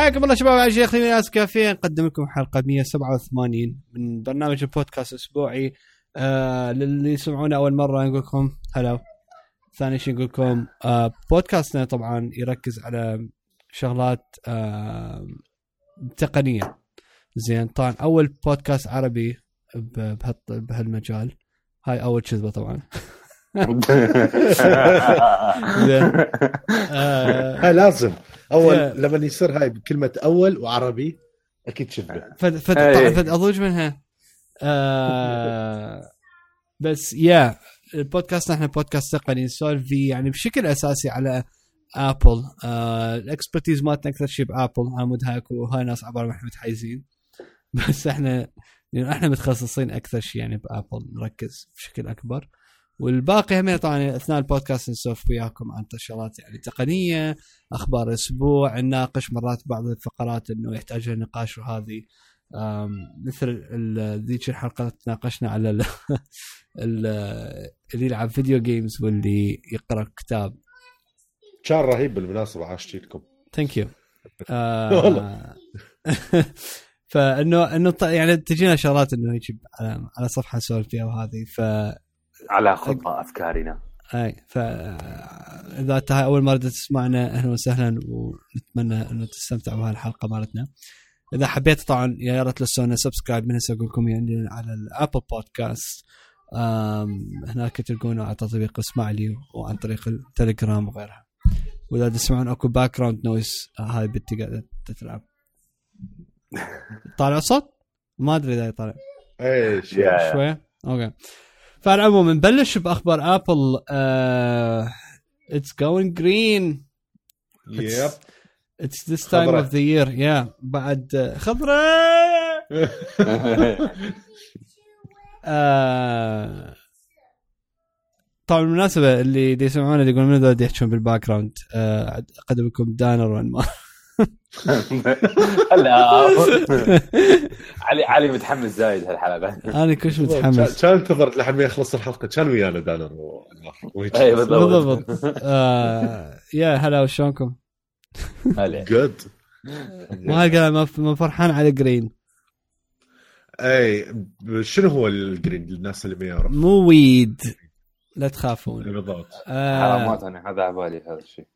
حياكم الله شباب على شيخ ناس كافيين. نقدم لكم حلقة 187 من برنامج البودكاست الأسبوعي. للي يسمعونا أول مرة نقول لكم هلا. ثاني شيء نقول لكم بودكاستنا طبعا يركز على شغلات تقنية. زين طبعا أول بودكاست عربي بهالمجال. هاي أول كذبة طبعا. هاي لازم أول لما يصير هاي بكلمة أول وعربي أكيد شبه فأضوج منها. بس البودكاست احنا بودكاست تقني نسولف فيه يعني بشكل أساسي على أبل. الإكسبرتيز مالتنا أكثر شيء بأبل. عمود هاكو وهاي ناس عبارة ما متحيزين، بس احنا متخصصين أكثر شيء يعني بأبل، نركز بشكل أكبر. والباقي هم طبعا اثناء البودكاست نسولف وياكم عن شغلات يعني تقنيه، اخبار الاسبوع، نناقش مرات بعض الفقرات انه يحتاج لها نقاش. وهذه مثل ذيك الحلقه تناقشنا على اللي يلعب فيديو جيمز واللي يقرا كتاب. كان رهيب بالمناسبه، عاشتكم ثانك يو. فانه يعني تجينا شغلات انه يجي على صفحه نسولف فيها وهذه على خطة أفكارنا. أي فإذا أنت أول مرة تسمعنا أهلا وسهلا، ونتمنى أنه تستمتع بهالحلقة مالتنا. إذا حبيت طبعا يا ريت تسوون سبسكرايب من هسه أقول لكم يعني على الأبل بودكاست. هناك تلقونه على تطبيق اسمع لي وعن طريق التليجرام وغيرها. وإذا تسمعون أكو باك جراوند نويز هاي بتقدر تلعب. طالع صوت ما أدري إذا يطالع شوية. أوكي. فالعموم نبلش بأخبار أبل. It's going green. It's this time of the year. بعد خضرة. طبعا بالمناسبة اللي دي يسمعون اللي يقولون من ذا دي يحكون بالباك جراوند. أقدم لكم دانر وانمار. علي متحمس زايد هالحلقة. أنا كلش متحمس. كان انتظر لحد ما يخلص الحلقة كان ويانا دانر بالضبط. يا هلا وشونكم. جود. ما فرحان على جرين. اي شنو هو الجرين للناس اللي ما يعرف؟ مو ويد، لا تخافون. بالضبط. حرامات انا هذا عبالي هذا الشيء.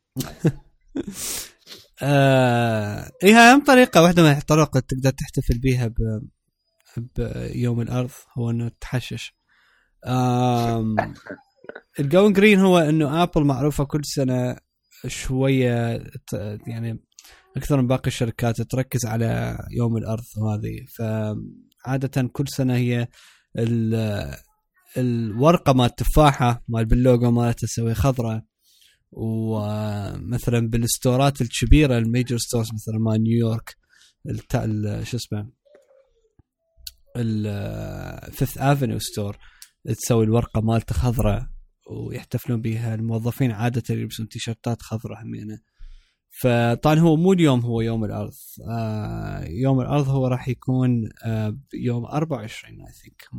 إيه هم طريقة واحدة من الطرق تقدر تحتفل بيها بيوم الأرض، هو إنه تحشش. الجون جرين هو إنه أبل معروفة كل سنة شوية يعني أكثر من باقي الشركات تركز على يوم الأرض وهذه. فعادة كل سنة هي الورقة مال التفاحة مال باللوجو مالها تسوي خضرة. ومثلا بالستورات الكبيرة الميجر ستورز مثلا مال نيويورك شو اسمه الفيث افنيو ستور تسوي الورقة مالته خضراء ويحتفلون بها. الموظفين عادة يلبسون تيشرتات خضراء همينة. فطبعا هو مو اليوم هو يوم الأرض. يوم الأرض هو راح يكون يوم 24 I think.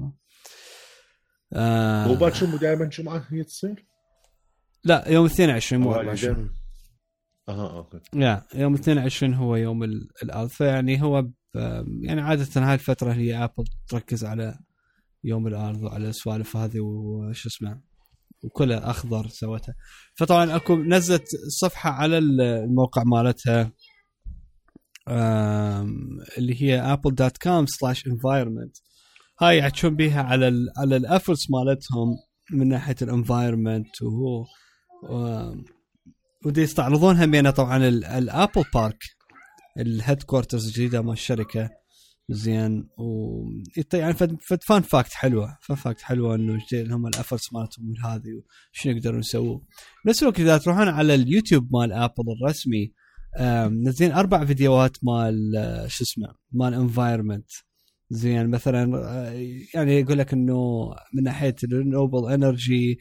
مو باكر مو دائما جمعة هي تصير؟ لا يوم 22 مو 24. اوكي. يوم 22 هو يوم الأرض. فيعني هو يعني عادة هاي الفترة هي أبل تركز على يوم الأرض وعلى السوالف هذه وش اسمه وكلها أخضر سوتها. فطبعا أكو نزلت صفحة على الموقع مالتها اللي هي apple.com/environment. هاي يحكون بيها على الأفرس مالتهم من ناحية الانفايرمنت ودي يستعرضونها بينا طبعا الابل بارك الهيد كوارترز الجديدة مال الشركة. زين يعني فان فاكت حلوة انه هم الافرس مالتهم هذه وشنو يقدرون يسووا. بس لو كذا تروحون على اليوتيوب مال ابل الرسمي نزلين 4 فيديوهات مال شو اسمه مال انفايرمنت. زين مثلا يعني يقول لك انه من ناحيه الرينيوبل انرجي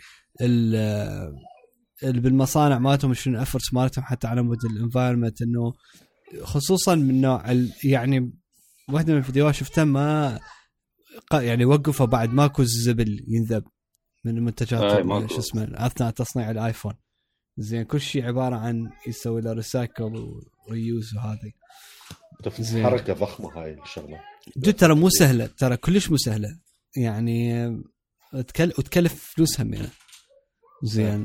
بالمصانع مالتهم شنو الافرس مالتهم حتى على مود الانفايرمنت، انه خصوصا من نوع يعني واحده من الفيديوهات شفتها ما يعني وقفوا بعد ماكو الزبل ينذب من المنتجات شو اسمه اثناء تصنيع الايفون. زين كل شيء عباره عن يسوي له ريسايكل وريوز وهذه. حركه ضخمه هاي الشغله. ترى مو سهله، ترى كلش مو سهله يعني، وتكلف فلوس همينه. زين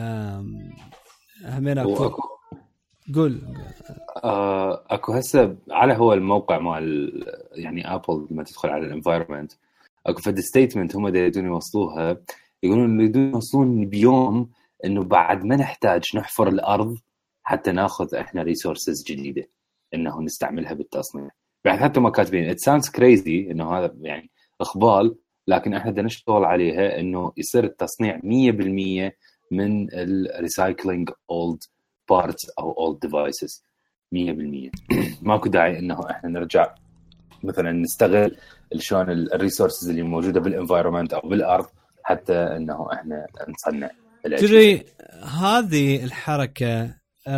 همينه قول. اكو هسه على هو الموقع مال يعني ابل لما تدخل على الانفايرمنت اكو فد ستيتمنت هم يريدون يوصلوها، يقولون يريدون يوصلون بيوم انه بعد ما نحتاج نحفر الارض حتى ناخذ احنا ريسورسز جديده انه نستعملها بالتصنيع. بعد حتى ما كاتبين it sounds crazy انه هذا يعني اخبال، لكن احنا بدنا نشتغل عليها انه يصير التصنيع 100% من الريسايكلينج اولد بارتس او اولد ديفايسز 100%. ماكو داعي انه احنا نرجع مثلا نستغل شلون الريسورسز اللي موجوده بالانفايرمنت او بالارض حتى انه احنا نصنع الاشياء. ترى هذه الحركه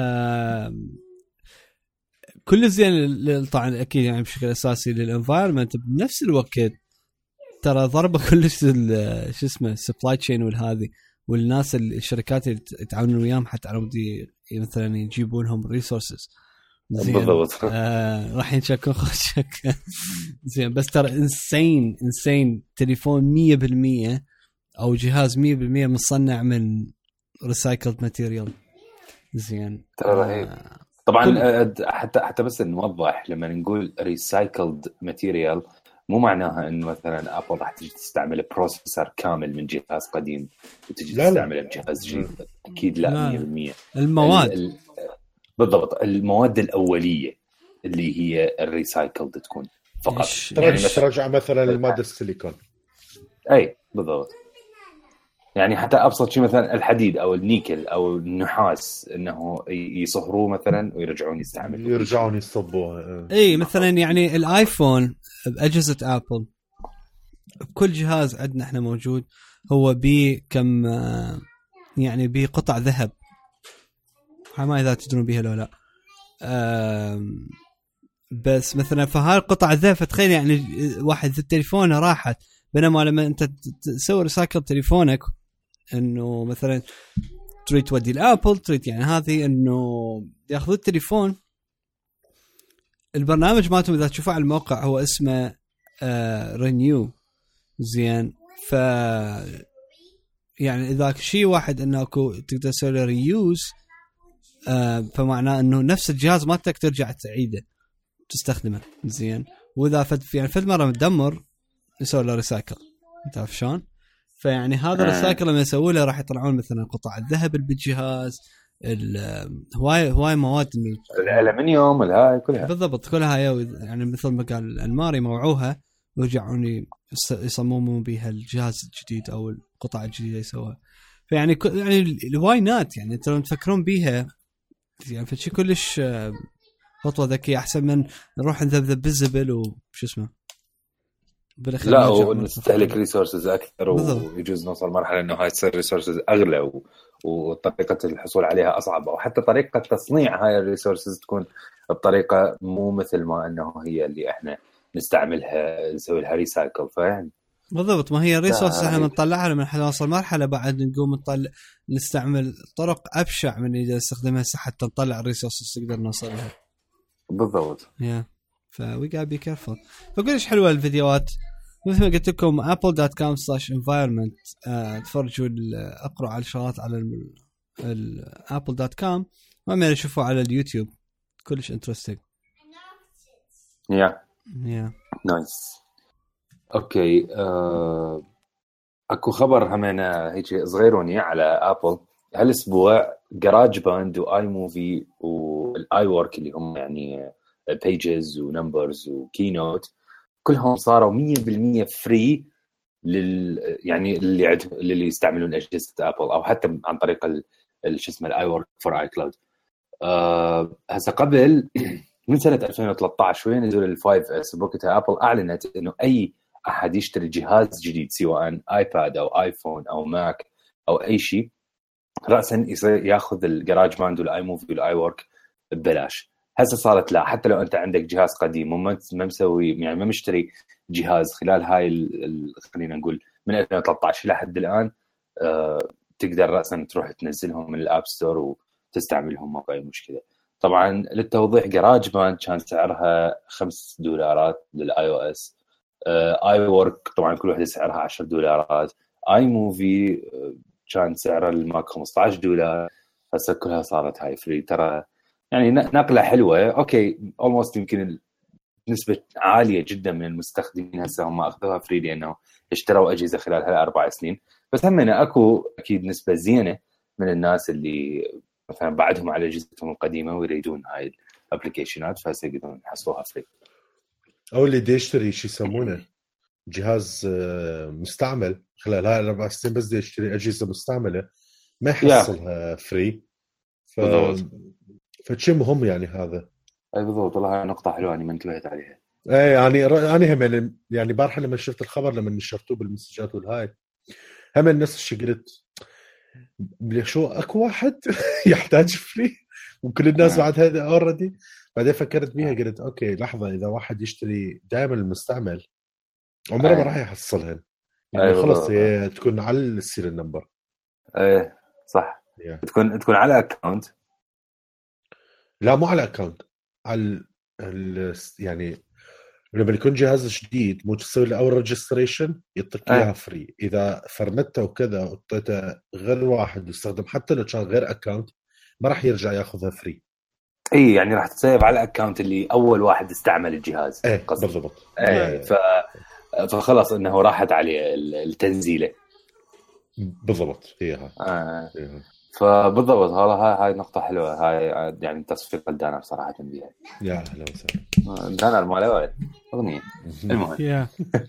كل زين طبعا اكيد يعني بشكل اساسي للانفايرمنت، بنفس الوقت ترى ضربه كلش شو اسمه السبلاي تشين والهذه والناس الشركات اللي يتعاونون وياهم حتى على ودي مثلا يجيبون لهم ريسورسز. بالضبط. راح ينشكون خوشك. زين بس ترى انسين تليفون 100% او جهاز 100% مصنع من ريسايكلد ماتيريال. زين ترى رهيب. طبعا حتى بس نوضح لما نقول ريسايكلد ماتيريال مو معناها انه مثلا ابل راح تجي تستعمل بروسيسور كامل من جهاز قديم وتجي تستعمله بجهاز جديد. اكيد لا 100%. المواد بالضبط المواد الاوليه اللي هي الريسايكلد تكون فقط. يعني ترجع مثلا الماده السيليكون. اي بالضبط. يعني حتى ابسط شيء مثلا الحديد او النيكل او النحاس انه يصهروه مثلا ويرجعون يستعملوه يرجعون يصبوه. اي مثلا يعني الايفون باجهزه ابل بكل جهاز عندنا احنا موجود هو بكم يعني بقطع ذهب، ما اذا تدرون بيها لو لا. بس مثلا فهاي القطع الذهب تخيل يعني واحد التليفون راحت، بينما لما انت تسوي ريسايكل تليفونك انه مثلا تريد تودي الابل تريد يعني هذه انه ياخذوا التليفون. البرنامج مالتهم اذا تشوفوا على الموقع هو اسمه رينيو. زين ف يعني اذا شيء واحد انه تقدر تسوي ريوز فمعناه انه نفس الجهاز ما تقدر ترجع تعيده تستخدمه. زين واذا يعني فد مره مدمر يسوي له ريسايكل. انت عارف شلون؟ فيعني هذا الريسايكل لما يسووا له راح يطلعون مثلا قطع الذهب اللي بالجهاز، هواي مواد الالمنيوم الهاي كلها. بالضبط كلها يعني مثل ما قال الانماري موعوها ويرجعون يصممون بها الجهاز الجديد او القطع الجديده يسووها. فيعني يعني الواينات يعني ترى تفكرون بيها يعني فشي كلش خطوه ذكيه احسن من نروح نذبذب بالزبل وش اسمه بالاخير لا ونستهلك ريسورسز اكثر ويجوز نوصل مرحله انه هاي تصير ريسورسز اغلى وطريقه الحصول عليها اصعب، او حتى طريقه تصنيع هاي الريسورسز تكون بطريقه مو مثل ما انه هي اللي احنا نستعملها نسوي لها ريسايكل. فاهم بالضبط. ما هي الريسورس احنا نطلعها لما نوصل مرحله بعد نقوم نستعمل طرق ابشع من اللي نستخدمها حتى نطلع الريسورسز نقدر نوصلها. بالضبط. فوي gotta be careful. فقولش حلوة الفيديوهات مثل ما قلت لكم apple.com/environment. تفرجوا اقرأوا على الشغلات على apple.com وما يشوفوا على اليوتيوب كلش interesting. نايس. اوكي اكو خبر همنا هيك صغيروني على ابل هالاسبوع. جراج باند واي موفي والاي وورك اللي هم يعني pages ونمبرز وكينوت كلهم صاروا 100% فري يعني اللي يستعملون اجهزه ابل او حتى عن طريق شو اسمه الاي وورك فور اي كلاود. هسه قبل من سنه 2013 وين نزول ال5 اس بوقتها ابل اعلنت انه اي احد يشتري جهاز جديد سواء ايباد او ايفون او ماك او اي شيء راسا ياخذ الجراج باند والاي موفي والاي وورك ببلاش. هسه صارت لا، حتى لو انت عندك جهاز قديم وما مسوي يعني ما مشتري جهاز خلال هاي خلينا نقول من 2013 لحد الان تقدر راسا تروح تنزلهم من الاب ستور وتستعملهم ما في اي مشكله. طبعا للتوضيح جراج باند كان سعرها $5 للاي او اس. اي وورك طبعا كل وحده سعرها $10. اي موفي كان سعره الماك $15. هسه كلها صارت هاي فري. ترى يعني نقله حلوه. اوكي اولموست يمكن نسبه عاليه جدا من المستخدمين هسه هم اخذوها فري لانه اشتروا اجهزه خلال هال4 سنين. بس هم اكو اكيد نسبه زينه من الناس اللي مثلا بعدهم على اجهزتهم القديمه ويريدون هاي الابلكيشنات فهسه يقدرون يحصلوها فري. او اللي دي يشتري شو يسمونه جهاز مستعمل خلال هاي 4 سنين بس دي يشتري اجهزه مستعمله ما يحصلها فري. فشيء مهم يعني هذا. اي بالضبط. والله نقطه حلوه اني ما انتبهت عليها. ايه يعني انا هم يعني بارحه لما شفت الخبر لما نشرتوه بالمسجات والهاي هم الناس الشيء قلت شو اكو واحد يحتاج فري وكل الناس بعد هذا اوريدي. بعدين فكرت بيها قلت اوكي لحظه اذا واحد يشتري دائما المستعمل عمره ما راح يحصلها يعني خلص هي تكون على السيريال نمبر. ايه صح. تكون على اكونت. لا مو على اكونت على يعني لما يكون جهاز جديد مو تسوي له اول ريجستريشن يعطيك اياها فري. اذا فرمته وكذا وعطيته غير واحد يستخدم حتى لو كان غير اكونت ما راح يرجع ياخذها فري. اي يعني راح تسيف على الاكونت اللي اول واحد استعمل الجهاز. ايه بالضبط. ايه فخلص انه راحت عليه التنزيله. بالضبط هي هاي. فبالضبط هاي نقطه حلوه. هاي يعني تصفيق الدانر صراحه بيها. يا اهلا وسهلا. دانر ماله اغنيه. المهم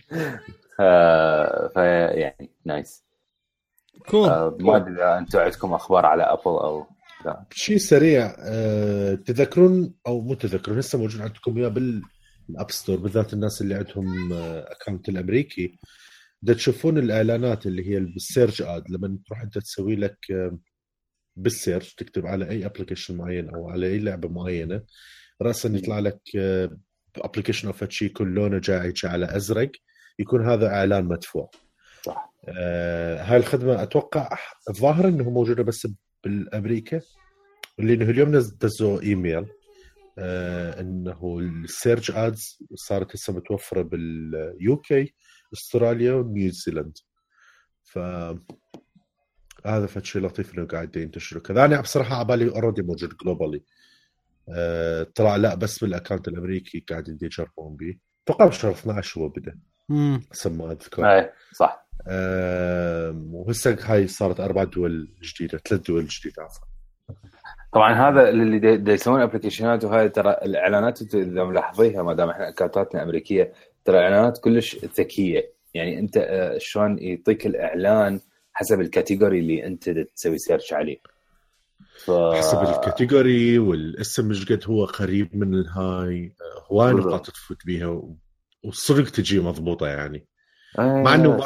يعني نايس كول. ما ادري اذا انتم عندكم اخبار على ابل او لا. شيء سريع تذكرون او مو تذكرون لسه موجود عندكم اياه بالاب ستور بالذات الناس اللي عندهم اكونت الامريكي دا تشوفون الاعلانات اللي هي بالسيرج اد لما تروح انت تسوي لك بالسيرج تكتب على اي ابلكيشن معين او على اي لعبه معينه راسا يطلع لك ابلكيشن اوف شيء يكون لونه جاي على ازرق يكون هذا اعلان مدفوع. صح. هاي الخدمه اتوقع الظاهر انه موجوده بس بالامريكا لانه اليوم نزلوا ايميل انه السيرج ادز صارت هسه متوفره باليو كي استراليا ونيوزيلند. ف هذا فشي لطيف انه قاعد ينتشر كذا. انا بصراحه على بالي اوريدي موجود جلوبالي طلع لا بس بالاكونت الامريكي قاعد يجربون به. اتوقع بشهر 12 هو بدا سماه اذكر. صح. وهسه هاي صارت 4 دول جديده 3 دول جديده عفوا. طبعا هذا اللي يسوون ابلكيشنات وهاي ترى الاعلانات اذا ملاحظيها ما دام احنا اكونتاتنا امريكيه ترى اعلانات كلش ذكيه. يعني انت شلون يعطيك الاعلان حسب الكاتيجوري اللي انت تسوي سيرش عليه. حسب الكاتيجوري والاسم مش قد هو قريب من الهاي هواي نقاط تفوت بيها والصدق تجي مضبوطه يعني. مع انه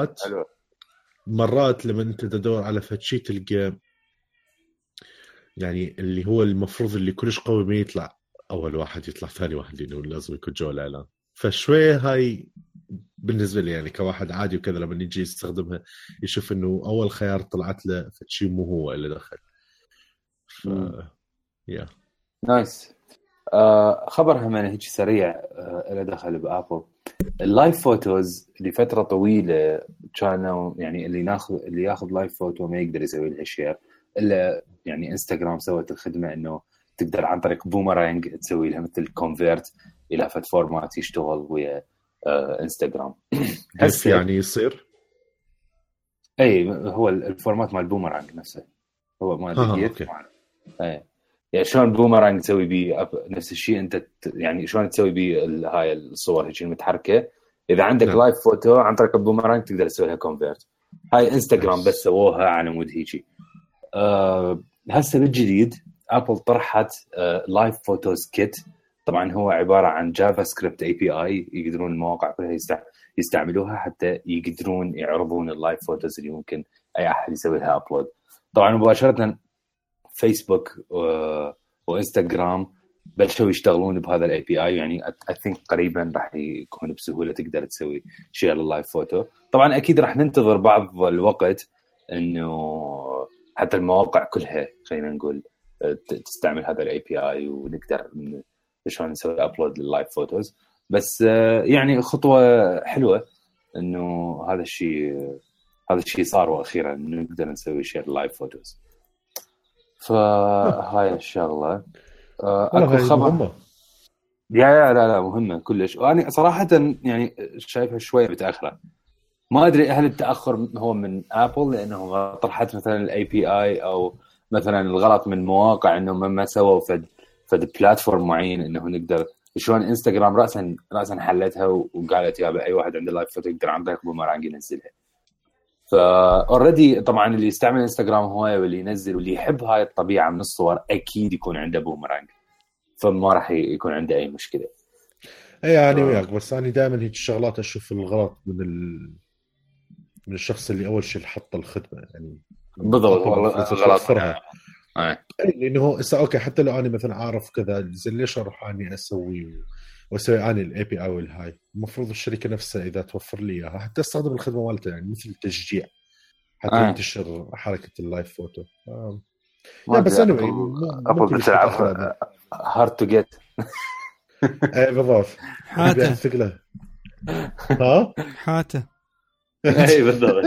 مرات لما انت تدور على فتشي تلقى يعني اللي هو المفروض اللي كلش قوي ما يطلع اول واحد يطلع ثاني واحد لانه لازم يكون جوا الاعلان. فشويه هاي بالنسبه لي يعني كواحد عادي وكذا لما يجي يستخدمها يشوف انه اول خيار طلعت له فتشي مو هو اللي دخل. يا نايس. خبر هم هيك سريع اللي دخل بابل اللايف فوتوز لفتره طويله كانوا يعني اللي ياخذ لايف فوتو ما يقدر يسوي لها شير الا يعني انستغرام سوت الخدمه انه تقدر عن طريق بومرانج تسوي لها مثل كونفيرت الى فت فورمات يشتغل ويا انستغرام. هسه يعني يصير اي هو الفورمات مال بومرانج نفسه هو ما دقيت اي يعني شلون بومرانج تسوي بيه نفس الشيء انت يعني شلون تسوي بيه هاي الصور هيك المتحركه اذا عندك لايف فوتو عن طريق البومرانج تقدر تسوي لها كونفيرت. هاي انستغرام بس سووها على مود هيجي. هسه بالجديد ابل طرحت لايف فوتوز كيت. طبعا هو عباره عن جافا سكريبت اي بي اي يقدرون المواقع كلها يستعملوها حتى يقدرون يعرضون اللايف فوتوز اللي ممكن اي احد يسوي لها ابلود. طبعا مباشره فيسبوك وانستغرام بلشوا يشتغلون بهذا الاي بي اي يعني اي ثينك قريبا راح يكون بسهوله تقدر تسوي شير لللايف فوتو. طبعا اكيد راح ننتظر بعض الوقت انه حتى المواقع كلها خلينا نقول تستعمل هذا الاي بي اي ونقدر شلون نسوي ابلود لللايف فوتوز. بس يعني خطوه حلوه انه هذا الشيء صار واخيرا نقدر نسوي شير لايف فوتوز. فهاي الشغله اكو خبر لا مهمه كلش. وانا صراحه يعني شايفها شويه متاخره. ما ادري هل التاخر هو من ابل لانه طرحت مثلا الاي بي اي او مثلا الغلط من مواقع انه ما سووا فد بلاتفورم معين انه نقدر شلون انستغرام راسا حلتها وقالت يا اي واحد عنده لايف فوتو يقدر عن طريق بومرانج ينزلها. فاوريدي طبعا اللي يستعمل انستغرام هوايه واللي ينزل واللي يحب هاي الطبيعه من الصور اكيد يكون عنده بومرانج، فما راح يكون عنده اي مشكله. اي يعني وياك، بس انا دائما هيك الشغلات اشوف الغلط من الشخص اللي اول شيء حط الخدمه يعني بالضبط غلط. اي لانه اوكي حتى لو انا مثلا عارف كذا زين ليش اروح اني واسوي اني الاي بي اي والهاي. المفروض الشركه نفسها اذا توفر لي اياها حتى استخدم الخدمه مالتها يعني مثل تشجيع حتى ينتشر حركه اللايف فوتو. لا بس انا ابل بتلعب هارد تو جيت. اي بالضبط حاته ثقله ها حاته اي بالضبط.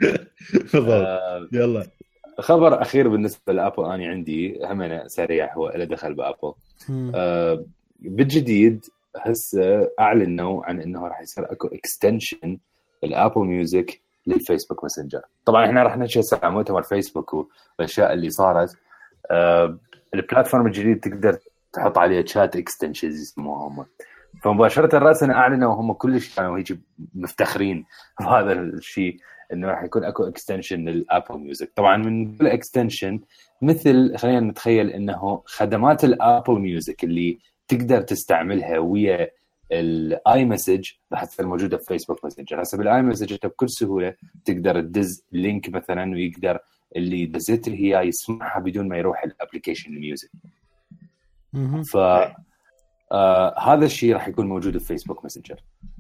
يلا خبر اخير بالنسبه لابل انا عندي همنا سريع هو اللي دخل بابل. بالجديد هسه اعلنوا عن انه راح يصير اكو اكستنشن الابل ميوزك للفيسبوك ماسنجر. طبعا احنا راح نحكي عن مؤتمر فيسبوك والاشياء اللي صارت. البلاتفورم الجديد تقدر تحط عليه شات اكستنشنز يسموها هم. فمباشره راسا اعلنوا هم كلش كانوا هيك مفتخرين بهذا الشيء انه راح يكون اكو اكستنشن للابل ميوزك. طبعا من كل اكستنشن مثل خلينا نتخيل انه خدمات الابل ميوزك اللي تقدر تستعملها ويا الاي مسج راح تصير موجوده في فيسبوك ماسنجر. حسب الاي مسج انت بكل سهوله تقدر تدز لينك مثلا ويقدر اللي دزته هي يسمعها بدون ما يروح الابلكيشن الميوزك. ف هذا الشيء راح يكون موجود في فيسبوك ماسنجر.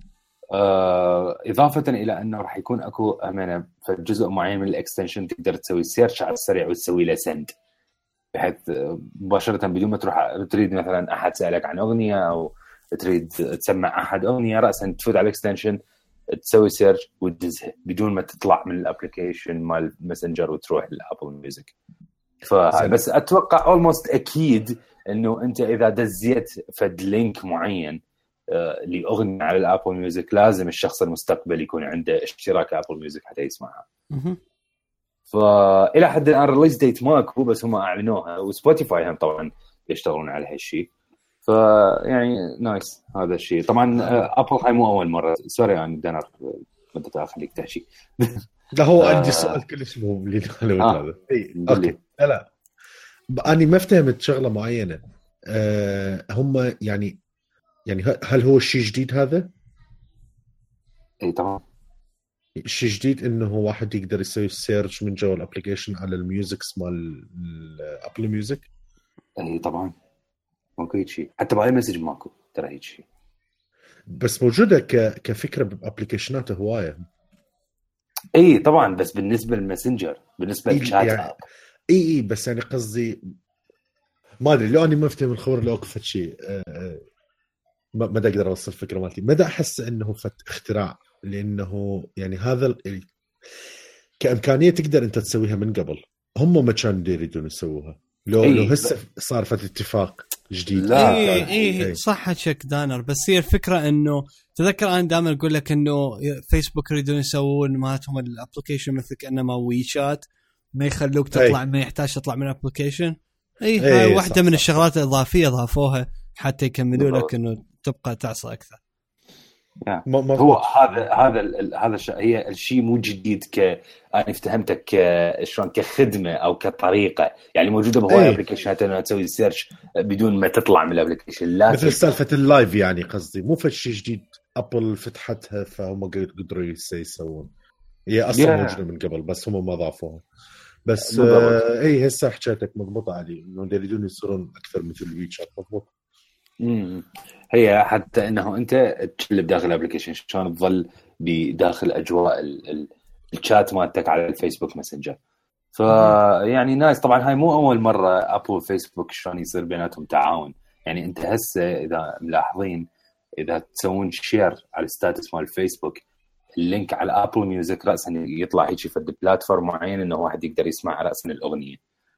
إضافة إلى أنه راح يكون أكو أمانة في جزء معين من الإكستنشن تقدر تسوي سيرش على السريع وتسوي له سند بحيث مباشرة بدون ما تروح تريد مثلا أحد سألك عن أغنية أو تريد تسمع أحد أغنية رأسا تفوت على الإكستنشن تسوي سيرش وتدزها بدون ما تطلع من الأبليكيشن مال ماسنجر وتروح للأبل ميوزك. فبس أتوقع almost أكيد إنه أنت إذا دزيت فد لينك معين لأغنية على الأبل ميوزك لازم الشخص المستقبل يكون عنده اشتراك أبل ميوزك حتى يسمعها. فإلى حد الآن ريليز ديت ماكو بس هم أعلنوها وسبوتيفاي هم طبعا يشتغلون على هالشيء. فيعني نايس هذا الشيء. طبعا أبل هاي مو أول مرة. سوري يعني دانر بدي أخليك تحكي. لا هو عندي سؤال كلش مهم اللي هذا. أوكي لا أنا ما فهمت شغلة معينة. هم يعني هل هو الشيء جديد هذا؟ اي طبعا الشيء جديد انه واحد يقدر يسوي سيرش من جوا الابلكيشن على الميوزكس مال ابل ميوزك. اي طبعا ماكو هيك شيء حتى باي مسج ماكو ترى هيك شيء بس موجوده كفكره بابلكيشنات هوايه. اي طبعا بس بالنسبه للماسنجر بالنسبه للشات يعني اي بس يعني قصدي ما ادري لو اني ما افتهم الخبر لو اكفت شيء ما اقدر اوصل الفكره مالتي. ماذا احس انه فت اختراع لانه يعني هذا كامكانيه تقدر انت تسويها من قبل. هم ما كانوا يريدون يسووها لو هسه صار فت اتفاق جديد. لا اي صح شك دانر. بس هي الفكره انه تذكر انا دائما اقول لك انه فيسبوك يريدون يسوون مالتهم الابلكيشن مثل كانما ويشات ما يخلوك تطلع ما يحتاج تطلع من الابلكيشن. هاي واحده من الشغلات الاضافيه ضافوها حتى يكملوا لك انه تبقى تعصى اكثر. هو هذا هي الشيء مو جديد انا افتهمتك شلون كخدمه او كطريقه يعني موجوده بهواي ابلكيشنات انه تسوي سيرش بدون ما تطلع من الابلكيشن. مثل سالفه اللايف يعني قصدي مو شيء جديد ابل فتحتها فهم قدروا يسوون. هي اصلا موجوده من قبل بس هم ما ضافوها. بس اي هسه حكيتك مضبوطه علي انه يريدون يصيرون اكثر مثل الويتشات. مضبوط. هي حتى انه انت تقلب داخل الابلكيشن شلون تظل بداخل اجواء الشات مالتك على الفيسبوك ماسنجر. فيعني ناس طبعا هاي مو اول مره ابل وفيسبوك شلون يصير بيناتهم تعاون. يعني انت هسه اذا ملاحظين اذا تسوون شير على الستاتس مال الفيسبوك اللينك على ابل ميوزك راسا يطلع هيك في بلاتفورم معين انه واحد يقدر يسمع راسا الاغنيه.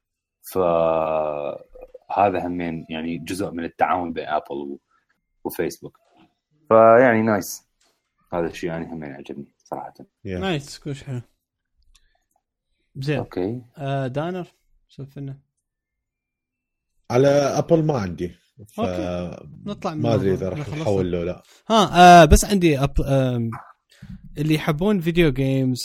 فهذا همين يعني جزء من التعاون بين ابل وفيسبوك. فيعني نايس هذا الشيء يعني همين عجبني صراحه. نايس كلش حلو. زين اوكي دانر سولفنا على ابل ما عندي نطلع ما ادري اذا راح نحول له لا. بس عندي اللي يحبون فيديو جيمز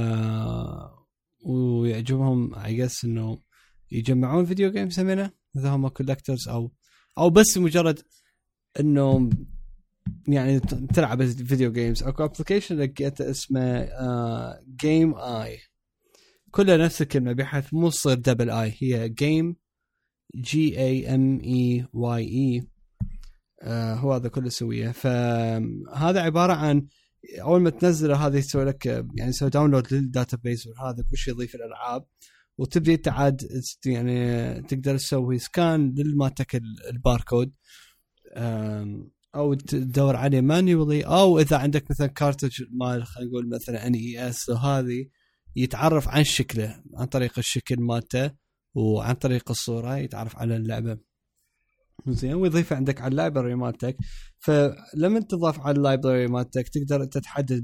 ويعجبهم ايجس انه يجمعون فيديو جيمز همينة اذا هم كولكترز او بس مجرد انه يعني تلعب فيديو جيمز. اكو ابلكيشن لقيته اسمه جيم اي، كلها نفس الكلمه بحيث مو تصير دبل اي، هي جيم GAMEYE. هو هذا كله سويه. فهذا عباره عن اول ما تنزله هذا يسوي لك يعني يسوي داونلود للداتابيس وهذا كل شيء يضيف الالعاب، وتبدي تعاد يعني تقدر تسوي سكان للماتك الباركود او تدور عليه مانيولي، او اذا عندك مثلا كارتج مال خلينا نقول مثلا NES وهذه يتعرف عن شكله عن طريق الشكل مالته وعن طريق الصورة يتعرف على اللعبة زين، ويضيفه عندك على اللايبراري مالتك. فلما تضاف على اللايبراري مالتك تقدر انت تحدد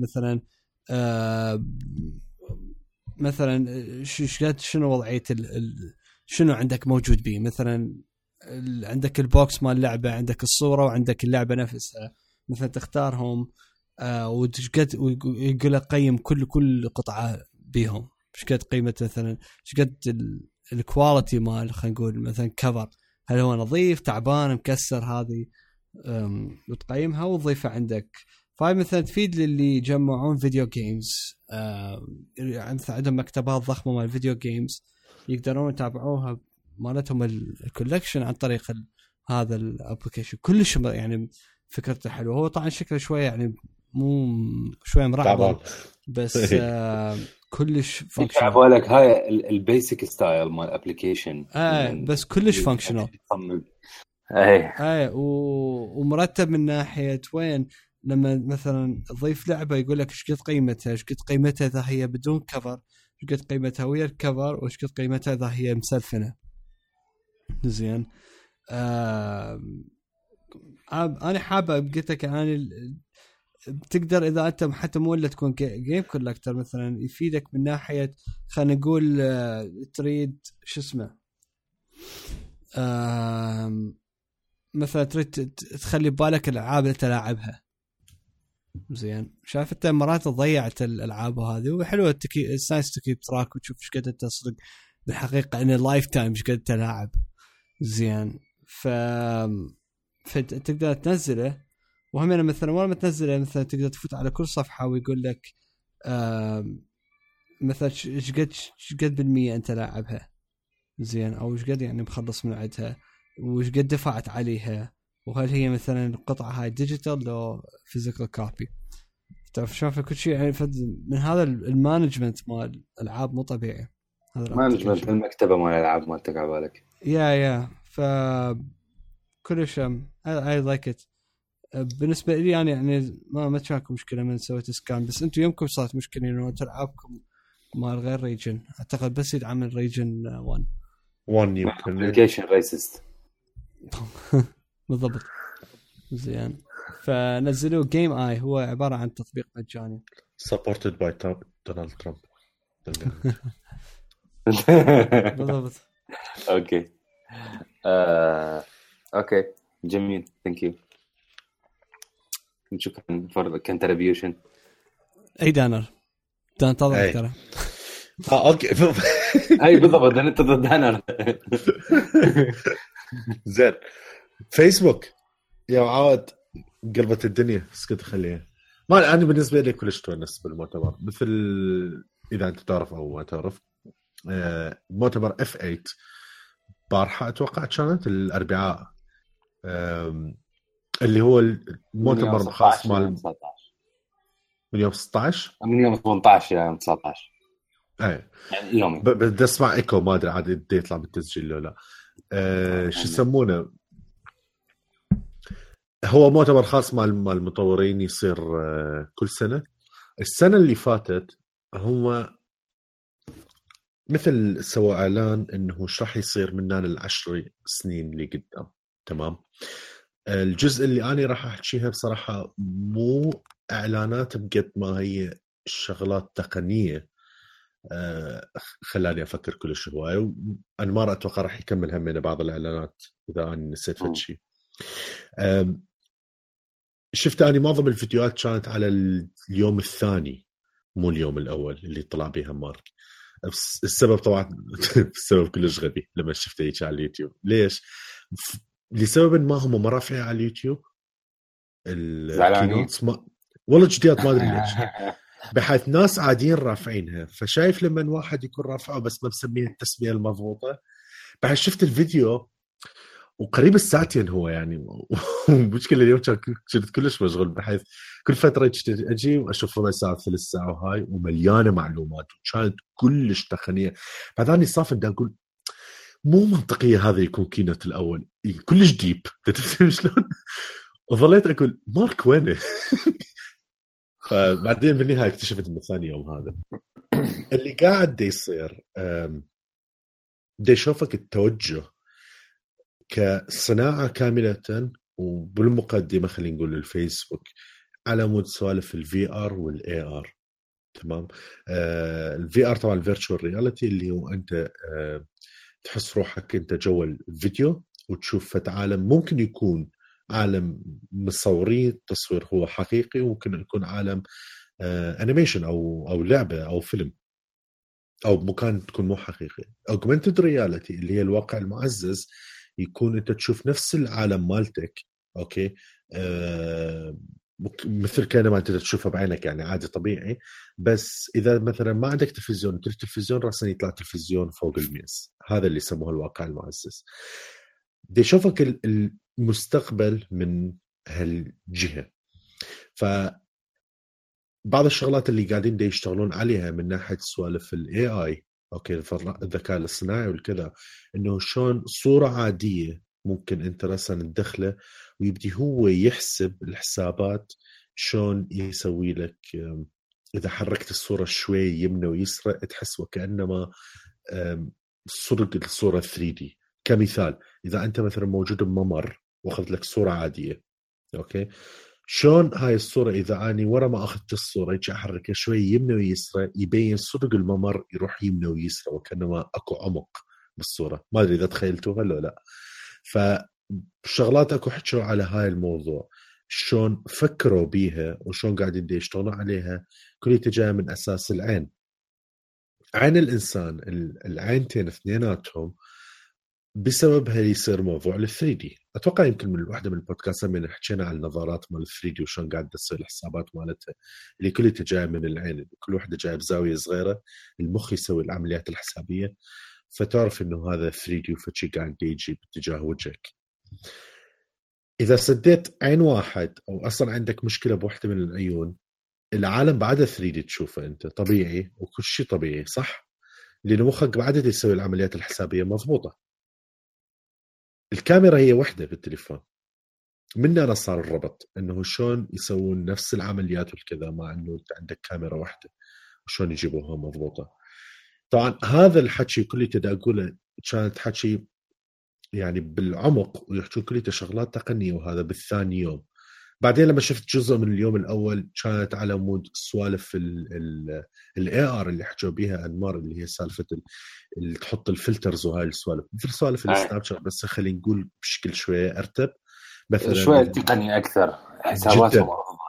مثلا شنو وضعية شنو عندك موجود به. مثلا عندك البوكس مال اللعبة، عندك الصورة، وعندك اللعبة نفسها، مثلا تختارهم وتشقد ويقول لك قيم كل قطعة بيهم ايش قد قيمة، مثلا ايش قد الكواليتي مال خلينا نقول مثلا كفر، هل هو نظيف تعبان مكسر، هذه وتقيمها وتضيفها عندك. فهاي مثلا تفيد للي يجمعون فيديو جيمز عندهم مكتبات ضخمة مال فيديو جيمز يقدرون يتابعوها مالتهم الكولكشن عن طريق هذا الابلكيشن. كلش يعني فكرته حلوه. هو طبعا شكله شويه يعني مو شويه مرعب بس كلش فانكشنال. يلعبوا لك هاي البيسك ستايل مال ابلكيشن بس كلش فانكشنال. ومرتب من ناحيه وين لما مثلا تضيف لعبه يقول لك ايش قد قيمتها، ايش قد قيمتها اذا هي بدون كفر، ايش قد قيمتها ويا الكفر، وايش قد قيمتها اذا هي مسلفنه. زين انا حابه قلت لك يعني بتقدر اذا انت حتى مو الا تكون جيم كولكتر مثلا يفيدك من ناحيه خلينا نقول تريد شو اسمه مثلا تريد تخلي ببالك الالعاب اللي تلاعبها. زين شايف انت مرات ضيعت الالعاب هذه وحلوه الساينس تكيب تراك وتشوف ايش قد تصدق بالحقيقه ان اللايف تايم ايش قد تلاعب. زين فتقدر تنزله، وهم مثلا ولا ما تنزله مثلا تقدر تفوت على كل صفحه ويقول لك مثلا ايش قد بالمية انت لاعبها. زين او ايش قد يعني مخلص من عندها، وايش قد دفعت عليها، وهل هي مثلا القطعه هاي ديجيتال لو فيزيكال كوبي. تعرف شلون في كل شيء يعني من هذا المانجمنت مال الالعاب مو طبيعي. هذا مانجمنت المكتبه مال الالعاب مالتك على بالك. يا ف كلش اي لايك ات. بالنسبه لي يعني ما كانت مشكله من سويت سكان، بس انتم يومكم صارت مشكله انه تلعبكم مال غير ريجن، اعتقد بس يدعم الريجن 1 يمكن ابلكيشن ريسست بالضبط. زين فنزلوا جيم اي، هو عباره عن تطبيق مجاني supported by دونالد ترامب. بالضبط. اوكي اوكي جميل ثانك يو. شكرا فور كونتريبيوشن. اي دانر تنتظر ترى. اوكي اي بالضبط انت ضد دانر. زين فيسبوك يا عاد قلبت الدنيا اسكت خليها. ما انا بالنسبه لي كلش تونس بالمؤتمر، مثل اذا انت تعرف او ما تعرف مؤتمر F8 بارحه اتوقع كانت الاربعاء اللي هو المؤتمر الخاص مال من يوم 16 من يوم 18 الى 19 يعني يومي. بدي اسمع ايكو، ما ادري عاد بدي يطلع بالتسجيل لو لا. شو يسمونه، هو مؤتمر خاص مع المطورين يصير كل سنة. السنة اللي فاتت هم مثل سووا اعلان انه ايش راح يصير من هنا ل10 سنين اللي قدام. تمام. الجزء اللي انا راح احكيها بصراحة مو اعلانات بقد ما هي شغلات تقنية. خلاني افكر كلش هواية، وانمار اتوقع راح يكمل هم من بعض الاعلانات اذا انا نسيت فد شيء. شفت أنا معظم الفيديوهات كانت على اليوم الثاني مو اليوم الأول اللي طلع بيها مارك. السبب طبعا السبب كلش غبي لما شفته هيك على اليوتيوب. ليش؟ لسبب ما هم رافعين على اليوتيوب الكينوتس والله جديات ما أدري ليش، بحيث ناس عاديين رافعينها. فشايف لما واحد يكون رافعه بس ما مسميه التسمية المضبوطة. بحيث شفت الفيديو وقريب الساعتين هو يعني المشكله اليوم كنت كلش مشغول، بحيث كل فتره اجي واشوف ربع ساعه 3 ساعات وهاي ومليانه معلومات وكانت كلش تقنيه. بعداني صافي بدي اقول مو منطقيه هذا يكون كينوت الاول كلش ديب. تفهم شلون؟ وظليت اقول مارك وينه. فبعدين بالنهايه اكتشفت انه ثاني يوم هذا اللي قاعد دي يصير. دي شوفك التوجه كصناعة كاملة، وبالمقدمة خلينا نقول الفيسبوك على مود سوالف الفي ار والاي ار. تمام. الفي ار طبعا الفيرتشوال رياليتي اللي هو انت تحس روحك انت جوا الفيديو وتشوف فت عالم ممكن يكون عالم مصوري التصوير هو حقيقي، وممكن يكون عالم انيميشن او لعبة او فيلم او مكان تكون مو حقيقي. augmented reality اللي هي الواقع المعزز يكون انت تشوف نفس العالم مالتك. اوكي. مثل كانما انت تشوفها بعينك يعني عادي طبيعي. بس اذا مثلا ما عندك تلفزيون التلفزيون راسا يطلع تلفزيون فوق الميز، هذا اللي يسموه الواقع المعزز. دي يشوفك المستقبل من هالجهة. ف بعض الشغلات اللي قاعدين دي يشتغلون عليها من ناحية سوالف الاي اي، اوكي، الذكاء الاصطناعي والكذا، انه شلون صورة عادية ممكن انت راسا تدخله ويبدي هو يحسب الحسابات شلون يسوي لك. اذا حركت الصورة شوي يمنى ويسرى تحس وكأنما صدق الصورة 3D. كمثال اذا انت مثلا موجود بممر واخذت لك صورة عادية، اوكي، شلون هاي الصورة إذا أني ورا ما أخذت الصورة يجي أحركها شوي يمنى ويسرى يبين صدق الممر يروح يمنى ويسرى وكأنما أكو عمق بالصورة. ما أدري إذا تخيلتوها ولا لا. فشغلات أكو حكوا على هاي الموضوع شلون فكروا بيها وشلون قاعدين يشتغلوا عليها. كل جاي من أساس العين. عين الإنسان العينتين اثنيناتهم بسببها يصير موضوع ال 3D. اتوقع يمكن من واحده من البودكاست من حكينا عن النظارات مال 3D وشلون قاعد تصير الحسابات مالتها اللي كلها جايه من العين، كل واحده جايه بزاويه صغيره المخ يسوي العمليات الحسابيه، فتعرف انه هذا 3D وفشي قاعد يجي باتجاه وجهك. اذا سديت عين واحد او اصلا عندك مشكله بوحده من العيون، العالم بعد 3D تشوفه انت طبيعي وكل شيء طبيعي، صح؟ لأن مخك بعد يسوي العمليات الحسابيه مضبوطه. الكاميرا هي وحده في التليفون. من أنا صار الربط إنه شلون يسوون نفس العمليات والكذا مع إنه أنت عندك كاميرا واحدة وشلون يجيبوها مضبوطة. طبعا هذا الحكي كله تدا أقوله كانت حكي يعني بالعمق ويحكون كله شغلات تقنية، وهذا بالثاني يوم. بعدين لما شفت جزء من اليوم الأول كانت على مود سوالف الاي ار اللي حكوا بيها أنمار، اللي هي سالفة اللي تحط الفلترز وهاي السوالف مثل سوالف السناب شات، بس خلينا نقول بشكل شوية أرتب مثلا شوية تقني أكثر، حساباتهم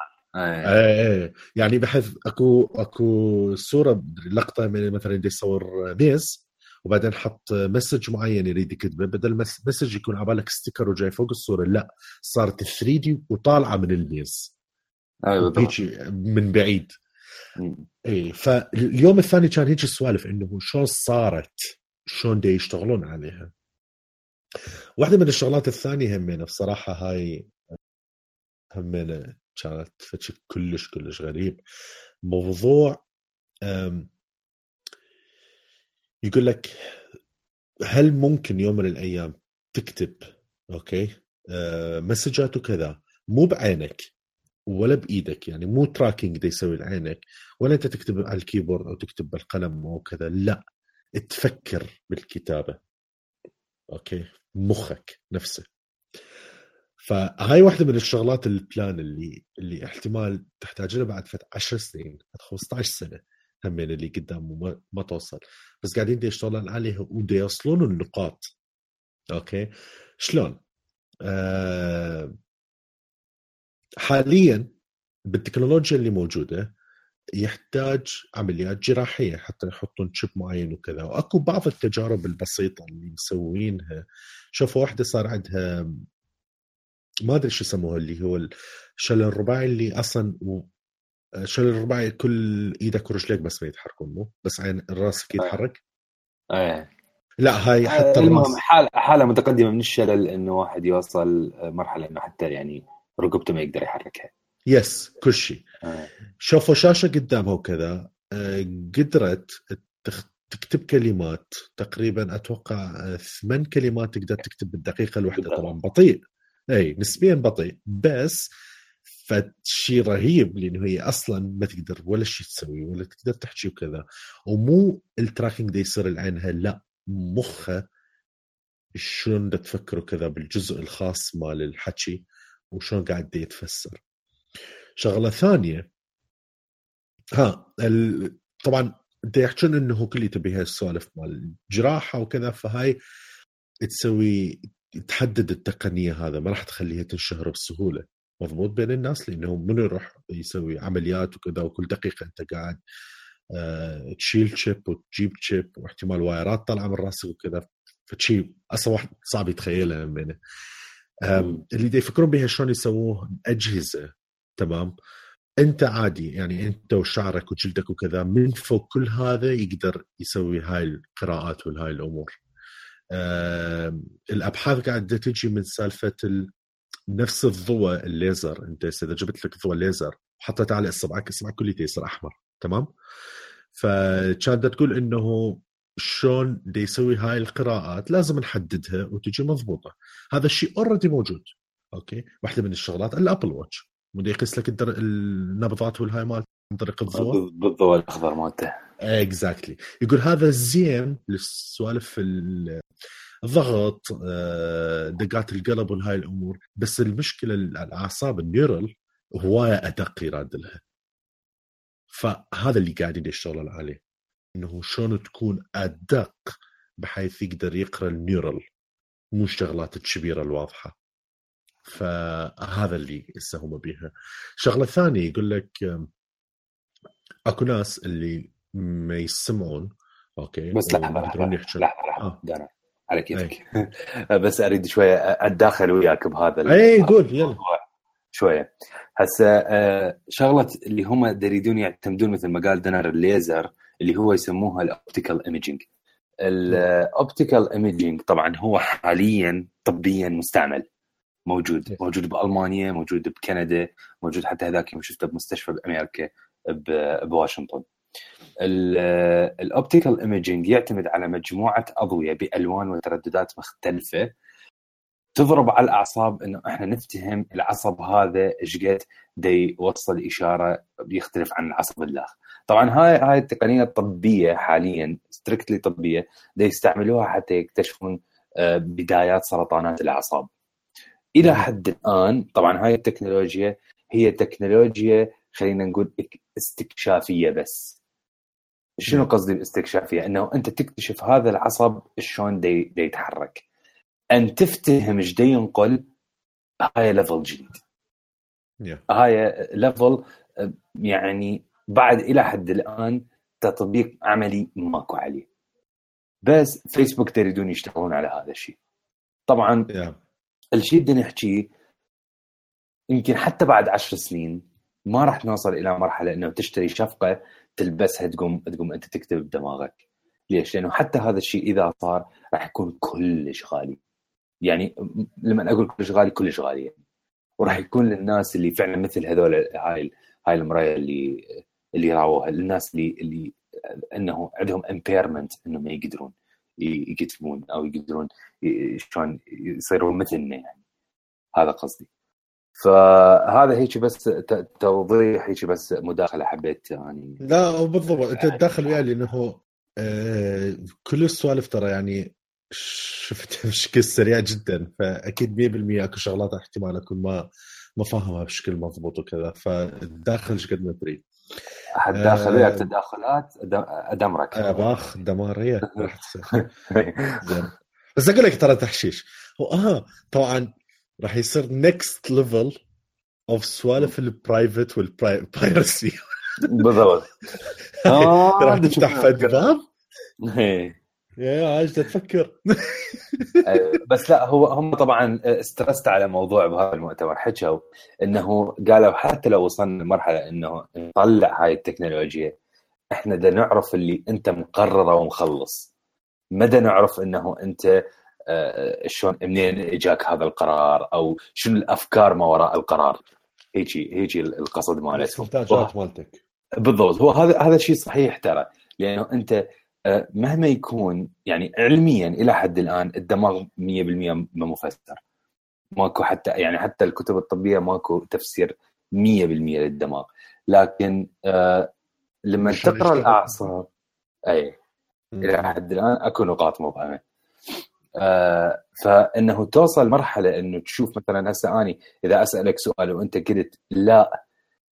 أفضل. يعني بحيث اكو صورة لقطة من مثلا يدي يصور ميز وبعدين حط مسج معين يريد يكتبه، بدل مسج يكون عبالك ستيكر وجاي فوق الصورة، لا صارت 3D وطالعة من الميز من بعيد. فاليوم الثاني كان هيك السوالف انه شلون صارت، شلون دي يشتغلون عليها. واحدة من الشغلات الثانية همينة بصراحة هاي همينة كانت كلش غريب. موضوع يقول لك هل ممكن يوم من الأيام تكتب أوكي مسجات وكذا مو بعينك ولا بإيدك، يعني مو تراكينج دي يسوي لعينك، ولا أنت تكتب على الكيبورد أو تكتب بالقلم أو كذا، لا تفكر بالكتابة أوكي مخك نفسه. فهاي واحدة من الشغلات البلان اللي احتمال تحتاج لها بعد 10 سنين 15 سنة همين اللي قدام ما توصل، بس قاعدين دي يشتغلون عليها ودي يوصلون النقاط. اوكي شلون؟ حاليا بالتكنولوجيا اللي موجودة يحتاج عمليات جراحية حتى يحطون شيب معين وكذا، واكو بعض التجارب البسيطة اللي مسوينها. شوفوا واحدة صار عندها ما ادري شو يسموها اللي هو الشلل الرباعي، اللي اصلا الشلل الرباعي كل ايدك ورجليك بس ما يتحركون، مو بس عين راسك يتحرك. لا هاي حتى المهم حالة متقدمة من الشلل انه واحد يوصل مرحلة انه حتى يعني رقبته ما يقدر يحركها. يس كل شيء. شوفوا شاشة قدامها وكذا، قدرت تكتب كلمات تقريبا اتوقع 8 كلمات تقدر تكتب بالدقيقة الواحدة. طبعا بطيء، اي نسبيا بطيء، بس فشي رهيب لانه هي اصلا ما تقدر ولا شيء تسوي ولا تقدر تحكي وكذا. ومو التراكينج دي يصير لعينها، لا مخها شلون دا تفكر وكذا بالجزء الخاص مال الحكي وشلون قاعد دي يتفسر. شغلة ثانية طبعا دا يحكون انه كل تبي هاي السوالف مال الجراحة وكذا، فهاي تسوي تحدد التقنية، هذا ما راح تخليها تنشهر بسهولة مضبوط بين الناس، لأنه من يروح يسوي عمليات وكذا وكل دقيقة أنت قاعد تشيل شيب وتجيب شيب واحتمال وايرات طالعة من راسك وكذا، فشي أصلا واحد صعب يتخيلها منه. اللي دا يفكرون بها شلون يسووه أجهزة. تمام، أنت عادي يعني أنت وشعرك وجلدك وكذا من فوق كل هذا يقدر يسوي هاي القراءات والهاي الأمور. الأبحاث قاعدة تجي من سالفة نفس الضوء الليزر. أنت إذا جبت لك ضوء ليزر وحطيت على إصبعك كله يصير أحمر، تمام؟ فكانت تقول إنه شلون دي يسوي هاي القراءات لازم نحددها وتجي مضبوطة. هذا الشيء أوريدي موجود. أوكي، واحدة من الشغلات الأبل واتش مدي يقيس لك النبضات والهاي مال عن طريق الضوء بالضوء الأخضر مالته. exactly. يقول هذا زين للسوالف الضغط، دقات القلب وهاي الأمور، بس المشكلة الأعصاب النيورال هواية أدق يراد لها. فهذا اللي قاعدين يشتغلون عليه، إنه شلون تكون أدق بحيث يقدر يقرأ النيورال مو الشغلات الكبيرة الواضحة. فهذا اللي يساهم بيها. شغلة ثانية يقول لك أكو ناس اللي ما يسمعون. أوكي، بس لحظة على كيفك. بس أريد شوية أتداخل وياك بهذا. أي قول يلا شوية. هسه شغلة اللي هم يريدون يعتمدون مثل ما قال دنر الليزر اللي هو يسموها الأوبتيكال إيميجينج. الأوبتيكال إيميجينج طبعا هو حاليا طبيا مستعمل، موجود بألمانيا، موجود بكندا، موجود حتى هذاك يوم شفته بمستشفى بأمريكا بواشنطن. الأوبتيكال إيميجينج يعتمد على مجموعة أضوية بألوان وترددات مختلفة تضرب على الأعصاب، إنه إحنا نفتهم العصب هذا إيش قد دي وصل إشارة بيختلف عن العصب الآخر. طبعا هاي التقنية الطبية حاليا ستريكتلي طبية دي يستعملوها حتى يكتشفون بدايات سرطانات الأعصاب. إلى حد الآن طبعا هاي التكنولوجيا هي تكنولوجيا خلينا نقول استكشافية. بس شنو قصدي باستكشافية؟ إنه أنت تكتشف هذا العصب شلون دي يتحرك، أن تفتهم إيش دي ينقل. هاي ليفل جديد. هاي ليفل يعني بعد إلى حد الآن تطبيق عملي ماكو عليه، بس فيسبوك تريدون يشتغلون على هذا الشيء. طبعا الشيء بدنا نحكي يمكن حتى بعد 10 سنين ما راح نوصل إلى مرحلة إنه تشتري شفقة تلبسها تقوم أنت تكتب بدماغك. ليش؟ لأنه حتى هذا الشيء إذا صار راح يكون كلش غالي. يعني لما أقول كلش غالي يعني. وراح يكون للناس اللي فعلا مثل هذول هاي المراية اللي راوها، الناس اللي انه عندهم امبيرمنت انه ما يقدرون يكتبون او يقدرون شلون يصيرون مثلنا يعني. هذا قصدي. فهذا هيك بس توضيح، هيك بس مداخله حبيت يعني. لا بالضبط انت تدخل وياه لانه كل السوالف ترى يعني شفت بشكل سريع جدا، فاكيد 100% اكو شغلات احتمال اكون ما فاهمها بشكل مضبوط وكذا، فداخل ايش قد ما تريد. احد داخل وياك تداخلات ادمرك. انا باخ دماريه راح تصير. زين بس اقول لك ترى تحشيش هو طبعا راح يصير نيكست ليفل اوف سوالف البرايفت والبايرسي. بالضبط. راح تفتح فد باب إيه. يا عايز تفكر. بس لا هم طبعا استرست على موضوع بهذا المؤتمر، حكوا انه قالوا حتى لو وصلنا لمرحله انه نطلع هاي التكنولوجيا احنا دا نعرف اللي انت مقرره ومخلص، مدى نعرف انه انت شلون منين اجاك هذا القرار او شنو الافكار ما وراء القرار. هيجي القصد مالتهم، الاستنتاجات مالتك. بالضبط. هو هذا الشيء صحيح ترى، لانه انت مهما يكون يعني علميا الى حد الان الدماغ 100% ما مفسر، ماكو حتى يعني حتى الكتب الطبيه ماكو تفسير 100% للدماغ، لكن لما تقرا الاعصاب اي الى حد الان اكو نقاط مبهمه. فانه توصل مرحله انه تشوف مثلا هسه اني اذا اسالك سؤال وانت قلت لا،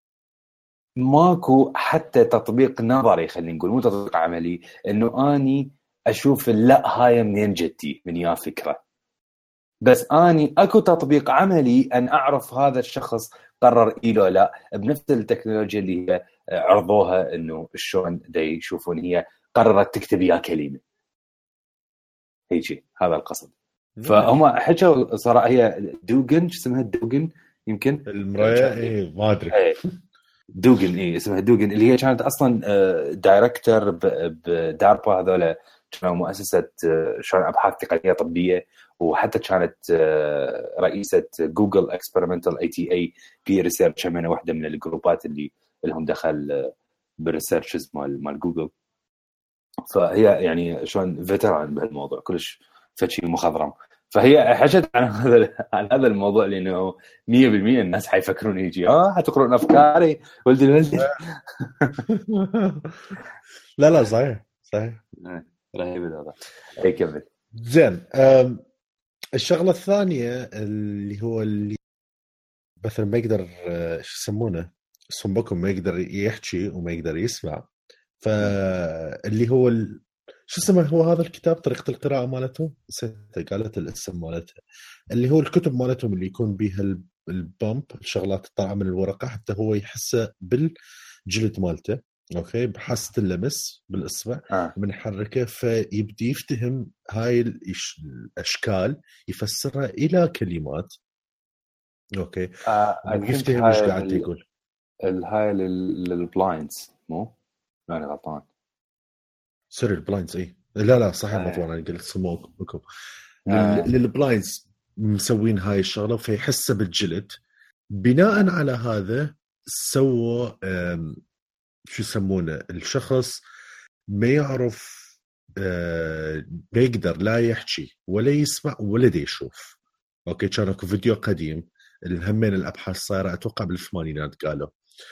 ماكو حتى تطبيق نظري خلينا نقول مو تطبيق عملي انه اني اشوف لا هاي منين جتي من يا فكره، بس اني اكو تطبيق عملي ان اعرف هذا الشخص قرر ايه لو لا بنفس التكنولوجيا اللي هي عرضوها انه شلون دا يشوفون هي قررت تكتب يا كلمه هيجي. هذا القصد. فهم حكوا صراحه هي دوغن اسمها دوغن يمكن المرايه ايه ما ادري دوغن ايه اسمها دوغن اللي هي كانت اصلا دايركتور بداربا، هذول كانوا مؤسسه شلون ابحاث تقنيه طبيه، وحتى كانت رئيسه جوجل اكسبيرمنتال ATA بي ريسيرش، من واحده من الجروبات اللي لهم دخل بالريسيرشز مال جوجل. فهي يعني شلون فيتران بهالموضوع كلش فشي مخضرم. فهي حكت عن هذا الموضوع لانه 100% الناس حيفكرون يجي حتقرون افكاري ولد الولد. لا صحيح رهيب هذا. اي كمل. زين الشغله الثانيه اللي هو اللي مثلا ما يقدر شو يسمونه صنبكم ما يقدر يحكي وما يقدر يسمع، فاللي هو شو اسمه هو هذا الكتاب طريقة القراءة مالته نسيت قالت الاسم مالته، اللي هو الكتب مالتهم اللي يكون بيها البامب الشغلات الطالعة من الورقة حتى هو يحسه بالجلد مالته اوكي بحاسة اللمس بالاصبع من حركه، فيبدي يفتهم هاي الاشكال يفسرها الى كلمات اوكي يفتهم ايش قاعد يقول. الهاي للبلايندز مو انا غلطان سوري البلايندز اي لا صحيح مطلوب انا قلت سموك بكم للبلايندز مسوين هاي الشغله فيحسه بالجلد. بناء على هذا سووا شو يسمونه الشخص ما يعرف ما يقدر لا يحكي ولا يسمع ولا يشوف اوكي. كان اكو فيديو قديم الهمين الابحاث صايره اتوقع بالثمانينات قالوا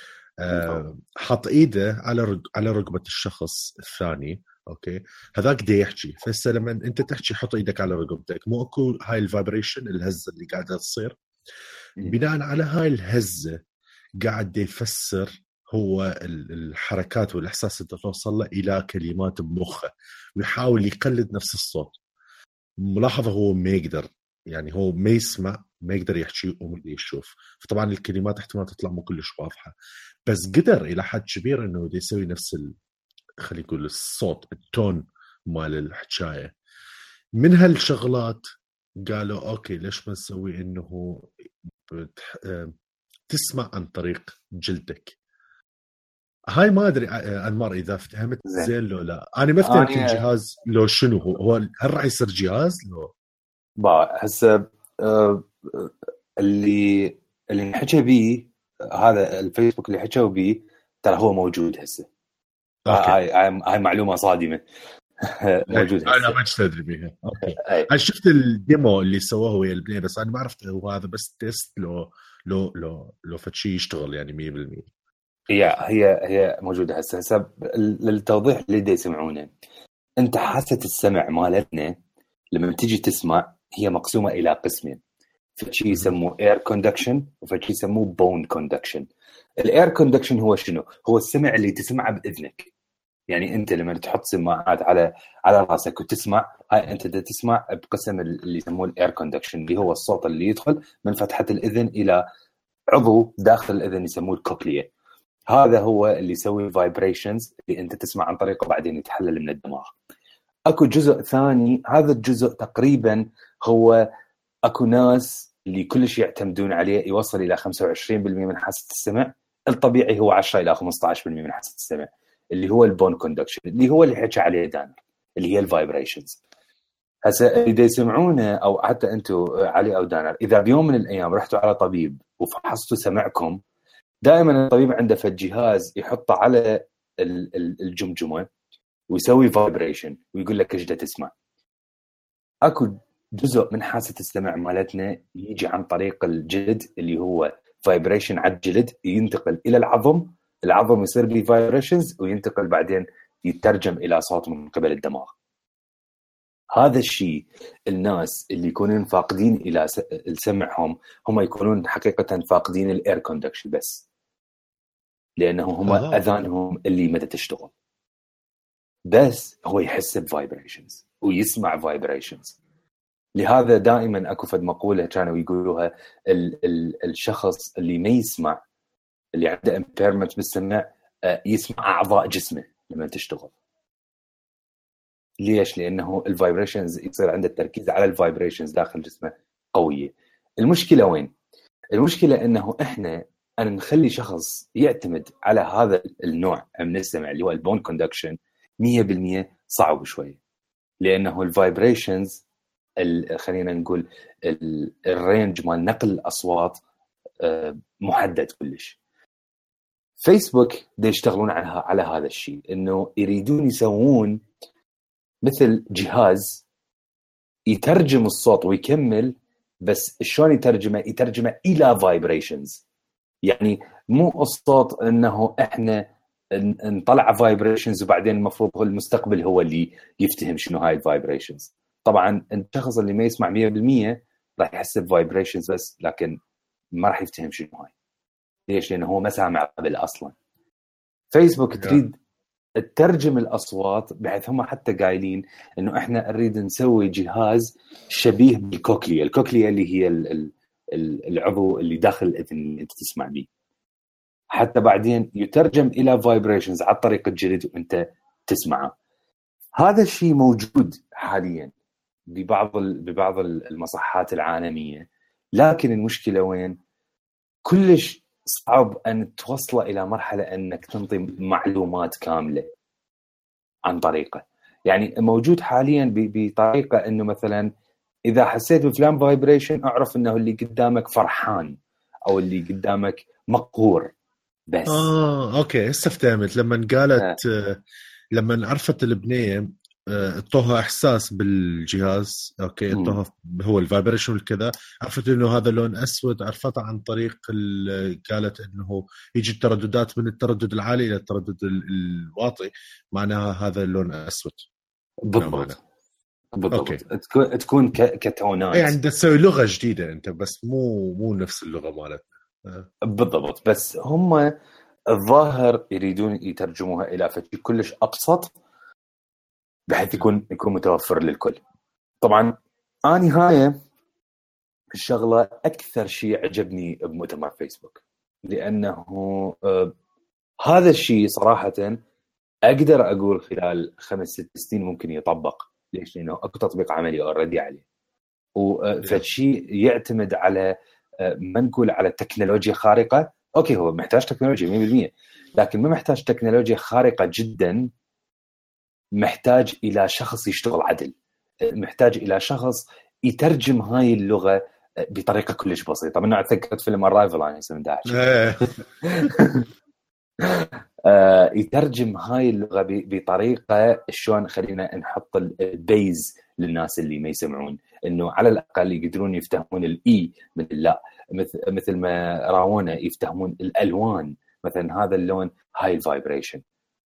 حط ايده على رقبه الشخص الثاني اوكي هذاك دا يحكي، فهسه لما انت تحكي حط ايدك على رقبتك مو اكو هاي الفايبريشن الهزه اللي قاعده تصير، بناء على هاي الهزه قاعد يفسر هو الحركات والاحساس اللي توصل له الى كلمات بمخه ويحاول يقلد نفس الصوت. ملاحظه هو ما يقدر يعني هو ما يسمع ما يقدر يحكي وما يقدر يشوف، فطبعا الكلمات احتمال تطلع مو كلش واضحه، بس قدر الى حد كبير انه يسوي نفس خلي يقول الصوت التون مال الحكايه. من هالشغلات قالوا اوكي ليش ما نسوي انه تسمع عن طريق جلدك. هاي ما ادري انمار اذا فهمت زين لو لا، انا ما فهمت الجهاز لو شنو هو هل راح يصير جهاز لو هسه اللي حكى بيه هذا الفيسبوك اللي حكوا بيه ترى هو موجود هسه هاي معلومه صادمه موجوده. انا ما ادري بيها. اوكي انا شفت الديمو اللي سووه ويا البنيه، بس انا ما عرفت هو هذا بس تيست لو فشي يشتغل يعني 100%. هي موجوده هسه للتوضيح اللي دا يسمعونه. انت حاسه السمع مالتنا لما تيجي تسمع هي مقسومه الى قسمين، فشي يسموه اير كوندكشن وفشي يسموه بون كوندكشن. الاير كوندكشن هو شنو؟ هو السمع اللي تسمعه باذنك. يعني انت لما تحط سماعات على راسك وتسمع، هاي انت تسمع بقسم اللي يسموه الاير كوندكشن، اللي هو الصوت اللي يدخل من فتحه الاذن الى عضو داخل الاذن يسموه الكوكليا. هذا هو اللي يسوي فايبريشنز اللي انت تسمع عن طريقه بعدين يتحلل من الدماغ. اكو جزء ثاني، هذا الجزء تقريبا هو اكو ناس اللي كلش يعتمدون عليه، يوصل الى 25% من حاسه السمع. الطبيعي هو 10 الى 15% من حاسه السمع، اللي هو البون كوندكشن، اللي هو اللي حكى عليه دانر، اللي هي الفايبريشنز. هسه اذا يسمعونه او حتى انتم علي او دانر، اذا بيوم من الايام رحتوا على طبيب وفحصتوا سمعكم، دائما الطبيب عنده جهاز يحطه على الجمجمه ويسوي فايبريشن ويقول لك ايش دا تسمع. اكو جزء من حاسه السمع مالتنا يجي عن طريق الجلد، اللي هو فايبريشن على الجلد، ينتقل الى العظم يصير به فايبريشنز، وينتقل بعدين يترجم الى صوت من قبل الدماغ. هذا الشيء الناس اللي يكونون فاقدين الى سمعهم هم يكونون حقيقه فاقدين الاير كوندكشن بس، لانه هم اذانهم اللي متى تشتغل، بس هو يحس بفايبريشنز ويسمع فايبريشنز. لهذا دائما اكو فد مقوله كانوا يقولوها، الشخص اللي ما يسمع، اللي عنده امبيرمنت بالسمع، يسمع اعضاء جسمه لما تشتغل. ليش؟ لانه الفايبريشنز يصير عنده التركيز على الفايبريشنز داخل جسمه قويه. المشكله وين؟ المشكله انه احنا نخلي شخص يعتمد على هذا النوع من السمع اللي هو البون كوندكشن 100% صعب شوي، لانه الفايبريشنز خلينا نقول الرينج مال نقل الاصوات محدد كلش. فيسبوك دا يشتغلون على هذا الشيء، انه يريدون يسوون مثل جهاز يترجم الصوت ويكمل، بس شلون يترجمه الى فايبريشنز. يعني مو الصوت انه احنا نطلع فايبريشنز وبعدين المفروض هو المستقبل هو اللي يفتهم شنو هاي الفايبريشنز. طبعا الشخص اللي ما يسمع 100% راح يحس بفايبريشنز بس، لكن ما راح يفتهم شنو هاي. ليش؟ لانه هو ما سامع قبل اصلا. فيسبوك تريد تترجم الاصوات، بحيث هم حتى قايلين انه احنا نريد نسوي جهاز شبيه بالكوكليا. الكوكليا اللي هي العضو اللي داخل الاذن اللي انت تسمع به، حتى بعدين يترجم الى فايبريشنز عن طريق الجلد وانت تسمعه. هذا الشيء موجود حاليا ببعض المصحات العالميه، لكن المشكله وين؟ كلش صعب ان توصل الى مرحله انك تنطي معلومات كامله عن طريقه. يعني موجود حاليا بطريقه انه مثلا اذا حسيت بفلان فايبريشن اعرف انه اللي قدامك فرحان او اللي قدامك مقهور بس. اوكي هسه فهمت. لما قالت لما عرفت البنيه اعطوها احساس بالجهاز، اوكي اعطوها هو الفايبريشن والكذا، عرفت انه هذا لون اسود، عرفتها عن طريق قالت انه يجي الترددات من التردد العالي الى التردد الواطي، معناها هذا اللون اسود. بالضبط. تكون كتونات، يعني انت تسوي لغه جديده انت، بس مو نفس اللغه مالتنا. بالضبط. بس هم الظاهر يريدون يترجموها الى شيء كلش ابسط، بحيث يكون متوفر للكل. طبعا اني هاي الشغله اكثر شيء عجبني بمؤتمر فيسبوك، لانه هذا الشيء صراحه اقدر اقول خلال 5-6 سنين ممكن يطبق. ليش؟ لانه اكو تطبيق عملي اوريدي عليه، وفشيء يعتمد على ما نقول على تكنولوجيا خارقه. اوكي هو محتاج تكنولوجيا 100%، لكن ما محتاج تكنولوجيا خارقه جدا، محتاج الى شخص يشتغل عدل، محتاج الى شخص يترجم هاي اللغه بطريقه كلش بسيطه. من نوع تذكرت فيلم ارايفل عن اسم 11 يترجم هاي اللغة بطريقة شلون خلينا نحط البيز للناس اللي ما يسمعون، إنه على الأقل يقدرون يفتهمون الإي من اللا، مثل ما راونا يفتهمون الألوان، مثلا هذا اللون هاي الفايبريشن.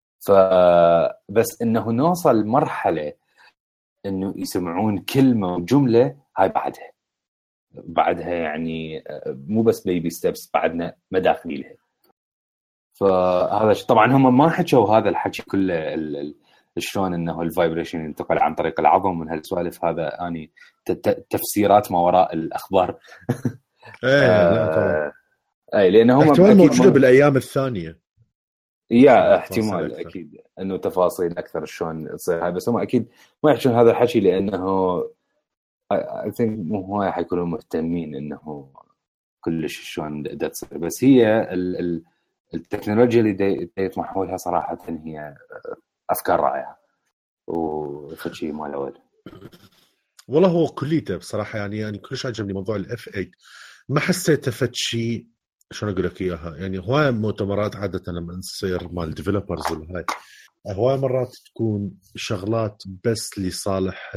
فبس إنه نوصل مرحلة إنه يسمعون كلمة وجملة، هاي بعدها يعني مو بس بيبي ستيبس، بعدنا مداخل لها. فهذا طبعا هم ما حكوا هذا الحكي كله شلون انه الفايبريشن ينتقل عن طريق العظم من هالسوالف، هذا اني تفسيرات ما وراء الاخبار. لا طبعا اي لانه هم احتمال موجوده بالايام الثانيه، يا احتمال اكيد انه تفاصيل اكثر شلون تصير هاي، بس هم اكيد ما يحكون هذا الحكي لانه I think مو هواي حيكونوا مهتمين انه كلش شلون دا تصير، بس هي التكنولوجيا اللي يطمحوا لها صراحة هي أفكار رائعة وفشي مال أول. والله هو كليته بصراحة يعني كلش عجبني موضوع الاف 8، ما حسيته فشي شلون أقول لك إياها. يعني هواي مؤتمرات عادة لما نصير مال ديفلوبرز وهاي هواي مرات تكون شغلات بس لصالح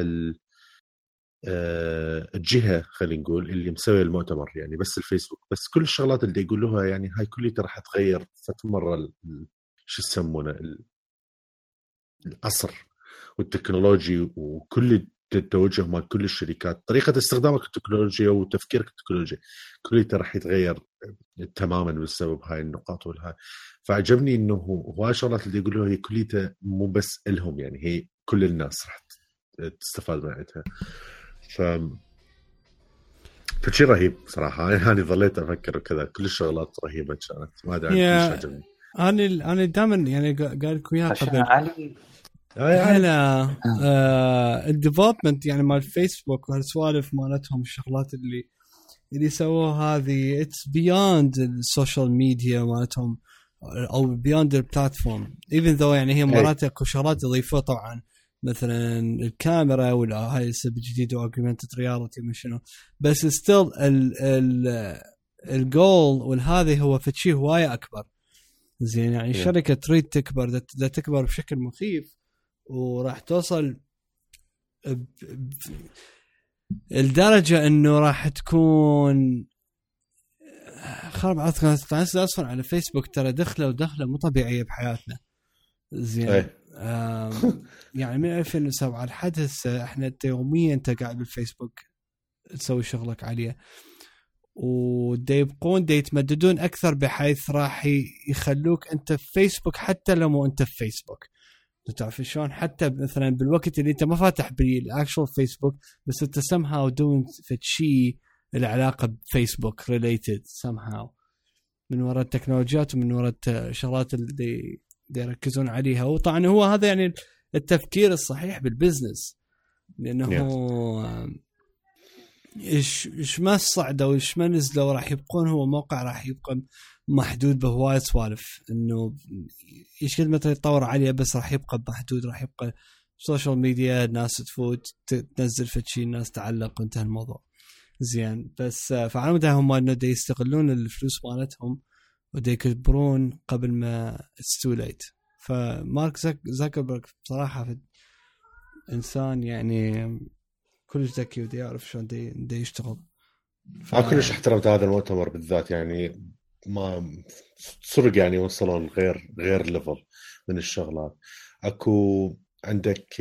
الجهة خلينا نقول اللي مسوي المؤتمر، يعني بس الفيسبوك، بس كل الشغلات اللي يقولوها يعني هاي كلها راح تغير فتمرة شو يسمونه العصر والتكنولوجي، وكل التوجه مع كل الشركات، طريقة استخدامك التكنولوجيا وتفكيرك التكنولوجي كلها راح يتغير تماما بسبب هاي النقاط والهاي. فعجبني انه هواي شغلات اللي يقولوها هي كلها مو بس لهم، يعني هي كل الناس راح تستفاد منها. فشي رهيب صراحة. أنا ظليت أفكر وكذا، كل الشغلات رهيبة كانت، ما أدري كلش عجبني. أنا دائما يعني قال لكم يا قبل هلا الديفلوبمنت يعني مال فيسبوك وهالسوالف مالتهم، الشغلات اللي سووها هذه اتس بياند السوشيال ميديا مالتهم او بياند البلاتفورم، ايفن ذو يعني هي مرات اكو شغلات يضيفوها طبعا مثلا الكاميرا ولا هاي السب الجديد واجمنتد رياليتي مش شنو، بس ستيل الجول والهذه هو فشي هوايه اكبر. زين يعني الشركه تريد تكبر، دا تكبر بشكل مخيف، وراح توصل الدرجه انه راح تكون خرب عطنا اصلا على فيسبوك ترى دخله مو طبيعيه بحياتنا. زين يعني من 2007 لحد هسه احنا يوميا انت قاعد بالفيسبوك تسوي شغلك عليه، ودا يبقون دا يتمددون اكثر بحيث راح يخلوك انت في فيسبوك حتى لو مو انت في فيسبوك. تعرف شلون؟ حتى مثلا بالوقت اللي انت ما فاتح بالاكشوال فيسبوك بس انت somehow doing شيء العلاقه بفيسبوك ريليتد somehow من وراء التكنولوجيات ومن وراء الشغلات اللي يركزون عليها. وطبعا هو هذا يعني التفكير الصحيح بالبزنس، لانه إيش ما صعدوا وإيش ما نزلوا راح يبقون، هو موقع راح يبقى محدود بهواية سوالف، إنه إيش كل متى يتطور عليه بس راح يبقى محدود، راح يبقى سوشيال ميديا الناس تفوت تنزل فتشي الناس تعلق وانتهى الموضوع. زين بس فعلى مدى هم إنه دا يستغلون الفلوس مالتهم ودا يكبرون قبل ما it's too late. فمارك زاكربرغ بصراحة إنسان يعني كلش ذكي ودي يعرف شلون دي يشتغل. كلش احترمت هذا المؤتمر بالذات، يعني ما سرق يعني وصلون غير ليفل من الشغلات. اكو عندك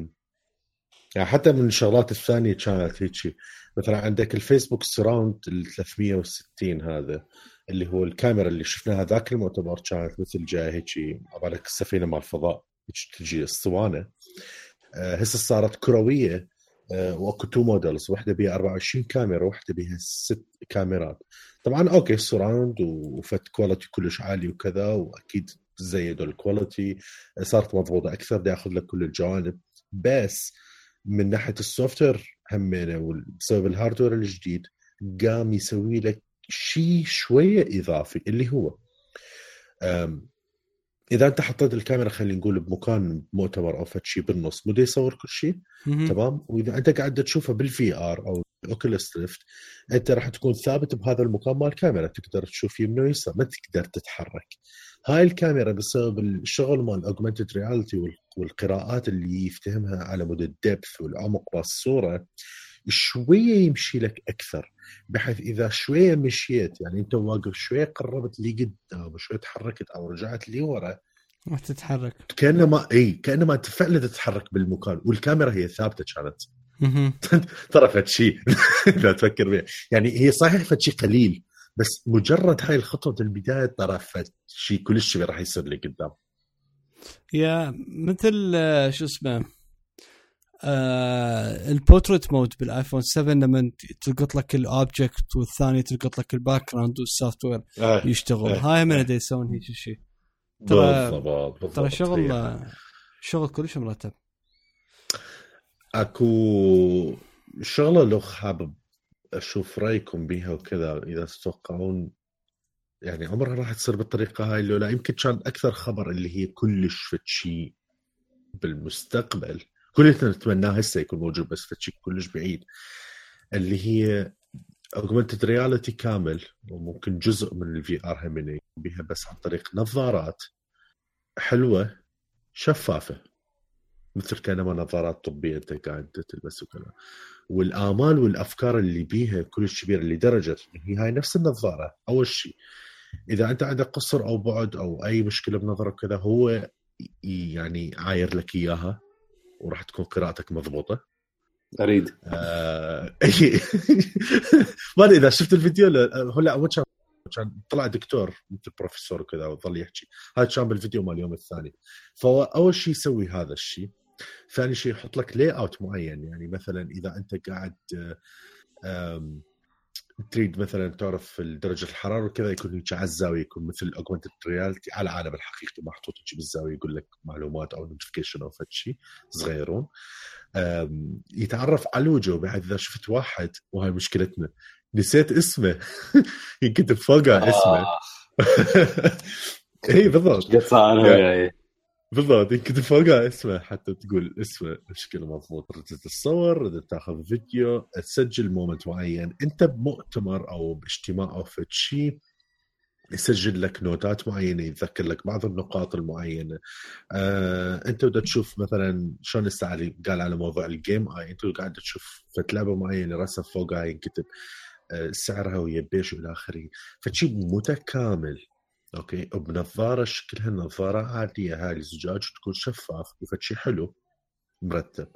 يعني حتى من الشغلات الثانية كانت هيك، مثلا عندك الفيسبوك سراوند ال 360 هذا اللي هو الكاميرا اللي شفناها ذاك المؤتمر، كانت مثل جاي هيك عبالك السفينة مال الفضاء تجي اسطوانة، هسه صارت كروية، واكو تو موديلز، واحده بها 24 كاميرا واحده بها 6 كاميرات. طبعا اوكي سراوند وفت كواليتي كلش عالي وكذا، واكيد زيدوا الكواليتي، صارت مضبوطه اكثر، بدي اخذ لك كل الجوانب. بس من ناحيه السوفت وير همينه وبسبب الهاردوير الجديد قام يسوي لك شيء شويه اضافي، اللي هو اذا انت حطيت الكاميرا خلينا نقول بمكان مؤتمر او فشي بالنص مو يصور كل شيء تمام، واذا انت قاعد تشوفه بالفي ار او اوكيوليس ريفت انت راح تكون ثابت بهذا المكان مال الكاميرا، تقدر تشوف يمين ويسار، ما تقدر تتحرك. هاي الكاميرا بسبب الشغل مال augmented reality والقراءات اللي يفتهمها على مدى الدبث والعمق بالصورة شوية يمشي لك أكثر، بحيث إذا شوية مشيت يعني أنت واقف شوية قربت لي قدام وشوية تحركت أو رجعت لي ورا راح تتحرك كأنما أنت فعلا تتحرك بالمكان، والكاميرا هي ثابتة كانت. ترى فد شيء لا تفكر بيه، يعني هي صحيح فد شيء قليل، بس مجرد هاي الخطوة البداية ترى فد شيء كلش شيء راح يصير لي قدام. يا مثل شو اسمه البورتريت مود بالايفون 7 لما تلقط لك الاوبجكت والثاني تلقط لك الباك جراوند والسوفت وير يشتغل. هاي من دا يسوون هيك شيء. ترى شغل كلش مرتب. اكو شغله لو حابب اشوف رايكم بيها وكذا، اذا تتوقعون يعني عمرها راح تصير بالطريقه هاي لو لا. يمكن كان اكثر خبر اللي هي كلش فشي بالمستقبل كلنا نتمناه هسه يكون موجود، بس فشي كلش بعيد، اللي هي augmented reality كامل، وممكن جزء من الفي ار هم يكون بيها بس عن طريق نظارات حلوه شفافه، مثل كانما نظارات طبيه انت قاعد تلبس وكذا. والآمال والأفكار اللي بيها كلش كبيرة لدرجة هي هاي نفس النظارة. أول شيء إذا أنت عندك قصر أو بعد أو أي مشكلة بنظرك كذا، هو يعني عاير لك إياها وراح تكون قراءتك مضبوطة. أريد ما أدري إذا شفت الفيديو. لا أول كان طلع دكتور مثل بروفيسور وكذا وظل يحكي. هذا كان بالفيديو مال اليوم الثاني. فأول شيء يسوي هذا الشيء. ثاني شيء يحط لك لاي اوت معين، يعني مثلا اذا انت قاعد تريد مثلا تعرف درجه الحراره وكذا، يكون هيك على الزاويه، يكون مثل اوجمنتد رياليتي على العالم الحقيقي محطوط هيك بالزاويه، يقول لك معلومات او نوتيفيكيشن او شيء صغيرون. يتعرف على الوجه، بحيث اذا شفت واحد، وهي مشكلتنا نسيت اسمه يكتب فوقه اسمه. اي بالضبط بالضبط، يمكن فوقها اسمه حتى تقول اسمه بشكل مضبوط. ردت تصور، ردت تاخذ فيديو، تسجل مومنت معين، انت بمؤتمر او باجتماع او في شيء، يسجل لك نوتات معينه، يتذكر لك بعض النقاط المعينه. انت بدك تشوف مثلا شلون الساعه قال على موضوع الجيم اي، انت قاعد تشوف لعبه معينه رسم فوقها ينكتب سعرها ويبيش والى اخره، فشيء متكامل. اوكي، وبنظاره شكلها نظاره عاديه، هاي الزجاج تكون شفاف وفتشي حلو مرتب.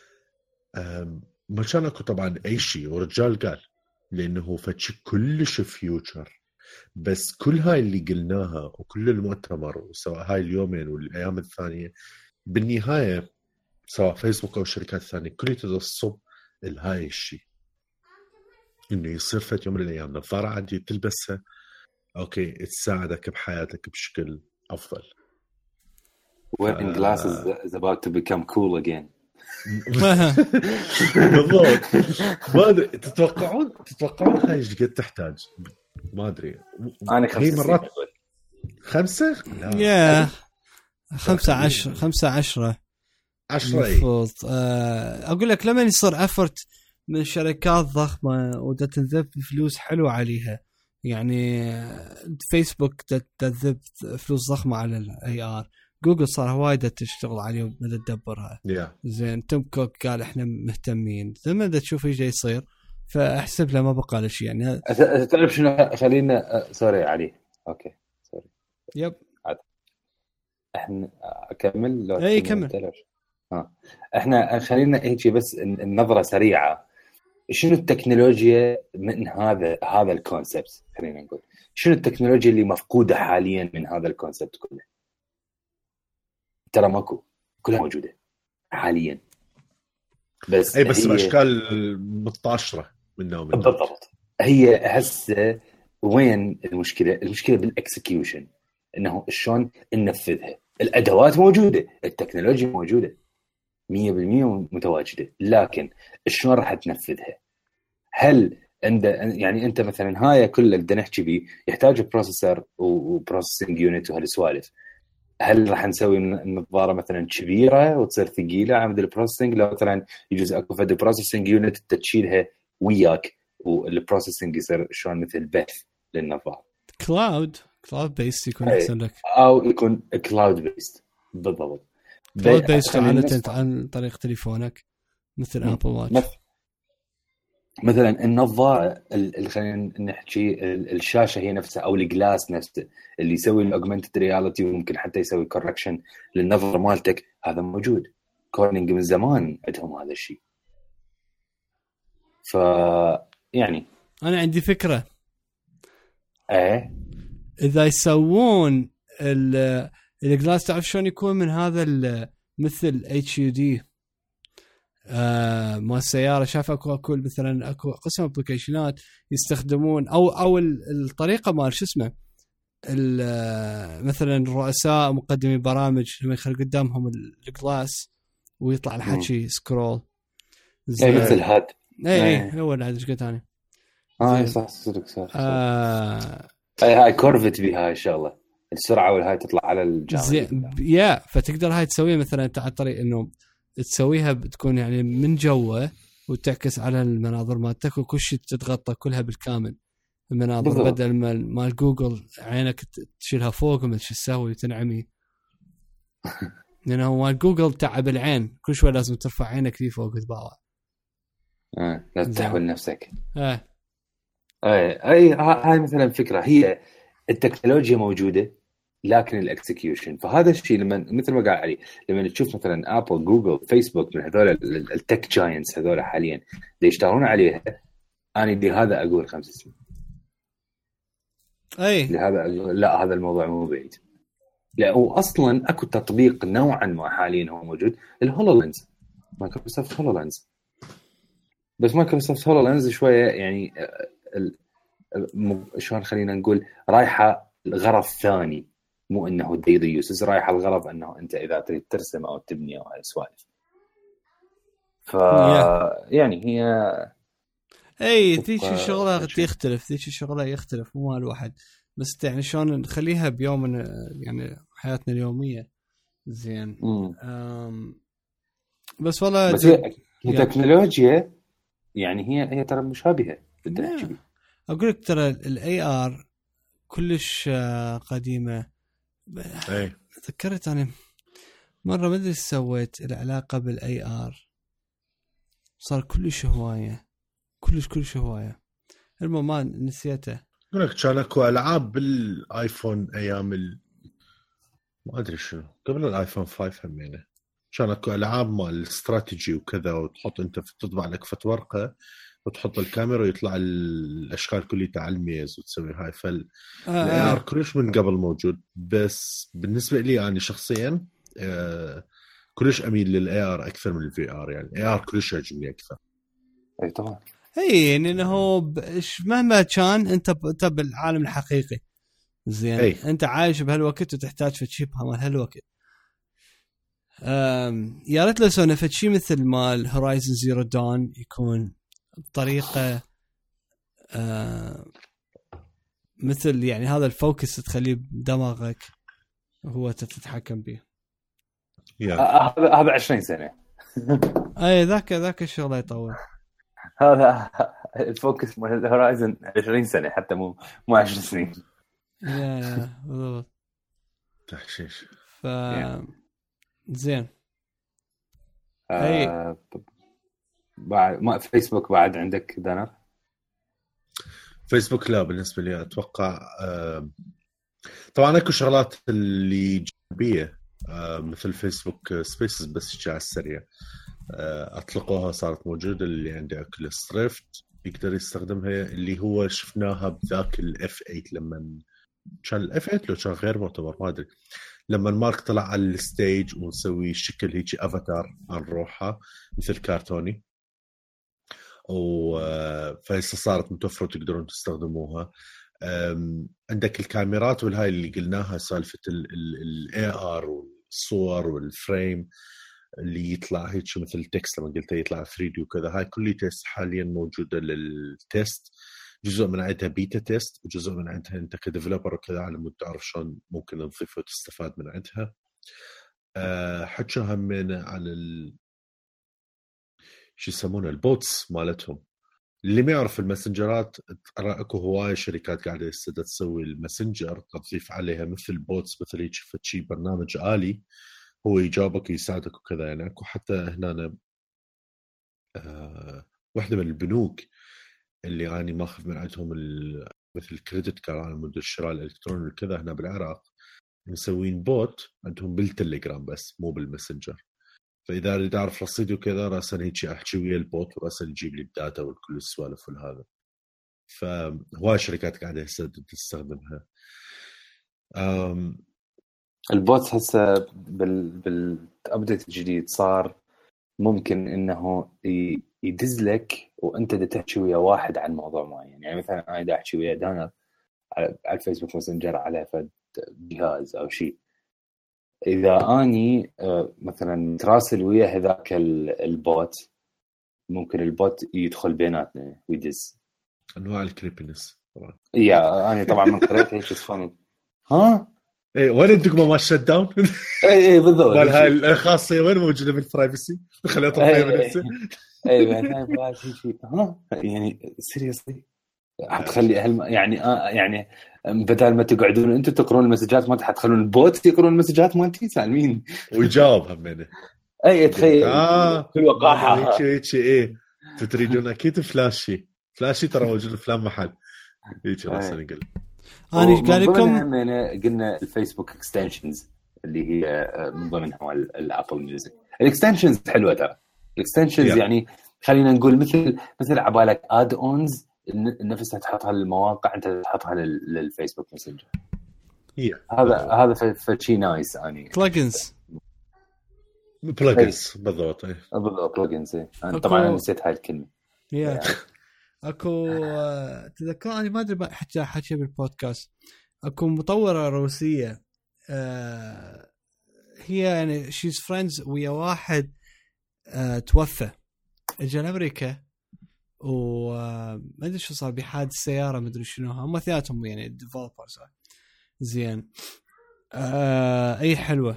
ما كان اكو طبعا اي شيء، ورجال قال لانه فتشي كلش فيوتشر. بس كل هاي اللي قلناها وكل المؤتمر وسواء هاي اليومين والايام الثانيه، بالنهايه سواء فيسبوك او الشركات الثانيه كل تتصب لهاي الشيء، انه يصير فت يوم من الايام نظاره عاديه تلبسها اوكي تساعدك بحياتك بشكل افضل. Wearing glasses is about to become cool again. بالضبط. ما ادري تتوقعون هاي ايش قد تحتاج؟ ما ادري انا هي مرات 5 لا 15 المفروض. اقول لك لما يصير افورت من شركات ضخمه ودا تنذب فلوس حلوه عليها، يعني فيسبوك تذب فلوس ضخمه على الاي ار، جوجل صار وايد تشتغل عليه وبدا تدبرها. زين توم كوك قال احنا مهتمين، لما دا تشوف ايش يصير فاحسب له ما بقى له شيء. يعني تعرف شنو خلينا سوري علي اوكي سوري يب احنا اكمل لو اي كمل. احنا خلينا هيك بس النظره سريعه. شنو التكنولوجيا من هذا الكونسبت؟ خلينا نقول شنو التكنولوجيا اللي مفقوده حاليا من هذا الكونسبت كله؟ ترى ماكو، كلها موجوده حاليا، بس اي بس باشكال متطاشره منها ومنها. بالضبط. هي هسه وين المشكله بالاكسكيوشن، انه شلون ننفذها. الادوات موجوده، التكنولوجيا موجوده 100% متواجده، لكن شلون راح تنفذها؟ هل يعني انت مثلا هاي كلها بدنا نحكي بيه يحتاج بروسيسور وبروسيسنج يونت وهالسوالف. هل راح نسوي النظاره مثلا كبيره وتصير ثقيله عمد البروسيسنج، لو مثلا يجوز اكو فد بروسيسنج يونت تشيلها وياك والبروسيسنج يصير شلون مثل بث للنظاره؟ كلاود بيست يكون احسن لك، او يكون كلاود بيست. بالضبط، كلاود بيست عن طريق تليفونك مثل ابل واتش. مثلا النظاره اللي خلينا نحكي الشاشه هي نفسها او الجلاس نفسه اللي يسوي الاوجمانتد رياليتي وممكن حتى يسوي كوركشن للنظره مالتك، هذا موجود. كورنينج من زمان عندهم هذا الشيء. ف يعني انا عندي فكره، اذا يسوون الجلاس تعرف شلون يكون من هذا مثل HUD مال السياره. شاف اكو مثلا اكو قسم ابلكيشنات يستخدمون او الطريقه مال شو اسمه مثلا الرؤساء مقدمي برامج لما يخلي قدامهم الجلاس ويطلع الحكي سكرول زي مثل هاد هو اللي عاد ثاني صح هاي كورفت بها ان شاء الله السرعه والهاي تطلع على الجامعه فتقدر هاي تسويها مثلا عن طريق انه تسويها بتكون يعني من جوه وتعكس على المناظر مالتك وكل شيء تتغطى كلها بالكامل المناظر بالضبط. بدل مال جوجل عينك تشيلها فوق وما شو تسوي تنعمي لانه هو مال جوجل تعب العين كل شوي لازم ترفع عينك لي فوق وتباوع لا تحول نفسك اي هاي مثلا فكره. هي التكنولوجيا موجوده لكن الاكسكيوشن، فهذا الشيء لما مثل ما قال علي لما تشوف مثلا ابل جوجل فيسبوك من هذول التك جاينتس هذول حاليا اللي يشتغلون عليها، انا دي هذا اقول 5 سنين لهذا لا هذا الموضوع مو بعيد. لا واصلا اكو تطبيق نوعا ما حاليا هو موجود الهولولينز، مايكروسوفت هولولينز، بس مايكروسوفت هولولينز شويه يعني شلون خلينا نقول رايحه الغرض ثاني، مو انه ديلي يوسز، رايحه الغرض انه انت اذا تريد ترسم او تبني او هالسوالف. ف يعني هي ذيك الشغله يختلف، ذيك الشغله يختلف مو مال واحد، بس يعني شلون نخليها بيوم يعني حياتنا اليوميه زين. بس والله بس هي تكنولوجيا يعني هي ترى مشابهه بالتحكي. اقول لك ترى الاي ار كلش قديمه. تذكرت انا مره ما ادري ايش سويت العلاقه بالاي ار، صار كلش هوايه كلش هوايه. المهم ما نسيته. اقول لك كان اكو العاب بالايفون ايام ما ادري شنو قبل الايفون 5 همينه، كان اكو العاب مال الاستراتيجي وكذا، وتحط انت تطبع لك فت ورقه وتحط الكاميرا ويطلع الاشكال كلها على الميز وتسوي هاي. الاي ار كلش من قبل موجود، بس بالنسبه لي انا شخصيا كلش اميل للاي ار اكثر من الفي ار. يعني الاي ار كلش يعجبني اكثر. اي طبعا يعني انه مهما كان انت بالعالم الحقيقي زين. انت عايش بهالوقت وتحتاج شيء بهال هالوقت. يا ريت لو سوينا شيء مثل مال هورايزن زيرو دون يكون بطريقه مثل يعني هذا الفوكس تخليه بدماغك وهو تتحكم به. هذا 20 سنه. اي ذاك الشغله يطول. هذا الفوكس مال الهورايزن 20 سنه حتى مو 10 سنين. يا بالضبط تحشيش. زين. بعد ما فيسبوك بعد عندك دانر؟ فيسبوك لا بالنسبه لي اتوقع طبعا اكو شغلات اللي جانبيه مثل فيسبوك سبيسز بس على السريع اطلقوها صارت موجوده. اللي عنده اوكيوليس ريفت يقدر يستخدمها، اللي هو شفناها بذاك الاف 8 لما كان الاف 8 لو كان غير معتبر ما ادري، لما مارك طلع على الستيج ونسوي شكل هيك افاتار عن روحها مثل كارتوني، فهسه صارت متوفرة تقدرون تستخدموها. عندك الكاميرات والهاي اللي قلناها سالفة الاي ار والصور والفريم اللي يطلع هيك مثل تكست لما قلت يطلع 3D وكذا، هاي كل تيست حاليا موجودة للتيست. جزء من عندها بيتا تيست وجزء من عندها انت كديفلوبر وكذا على مود تعرف شلون ممكن نضيفه وتستفاد من عندها. حكوا همين على شو يسمونه البوتس مالتهم، اللي ما يعرف الماسنجرات، ترى اكو هوايه شركات قاعده تسوي الماسنجر تضيف عليها مثل بوتس، مثل هيك شي برنامج آلي هو يجاوبك ويساعدك وكذا. يعني اكو حتى هنا واحده من البنوك اللي اني ماخذ من عندهم مثل كريدت كارد على مود الشراء الالكتروني وكذا هنا بالعراق، مسوين بوت عندهم بالتليجرام بس مو بالماسنجر. فاذا اريد اعرف رصيدي وكذا راسا هيك احكي ويا البوت وراسا يجيب لي الداتا وكل السوالف والهذا. فهواي شركات قاعده تستخدمها. البوت هسه بالابديت الجديد صار ممكن انه يدز لك وانت تحكي ويا واحد عن موضوع معين. يعني مثلا انا دا احكي ويا دانا على الفيسبوك ماسنجر على فد جهاز او شيء، اذا اني مثلا متراسل ويا هذاك البوت ممكن البوت يدخل بيناتنا ويدز. انواع الكريبينس طبعا. يا انا طبعا من قريت هيك فاني ها ايه وين الدقمه مال الشت داون؟ اي بالضبط مال هاي الخاصيه وين موجوده بالبرايفسي؟ خليها تطفيها بنفسه. اي بعد شيء ها يعني سيريسلي حتخلي يعني بدل ما تقعدون انتم تقرون المسجات ما حتخلون البوت يقرون المسجات مالتي سالمين ويجاوب همينه. اي تخيل كل وقاحه هيك ايه تريدون اكيد فلاشي ترى موجود فلان محل هيك راسا نقول. انا قال لكم قلنا الفيسبوك اكستنشنز اللي هي من ضمنها الابل ميوزك. الاكستنشنز حلوه ترى الاكستنشنز يعني خلينا نقول مثل عبالك اد اونز نفسها تحطها للمواقع انت تحطها للفيسبوك ماسنجر. هذا فشي نايس. اني بلجنز بالضبط. بالضبط بلجنز. انا طبعا نسيت هاي الكلمه. اكو تذكرني ما ادري حكي بالبودكاست اكو مطوره روسيه هي يعني شيز فريندز ويا واحد توفى اجى لامريكا وما ادري شو صار بحادث سياره ما ادري شنو هم اثنيناتهم يعني ديفلوبرز زين. اي حلوه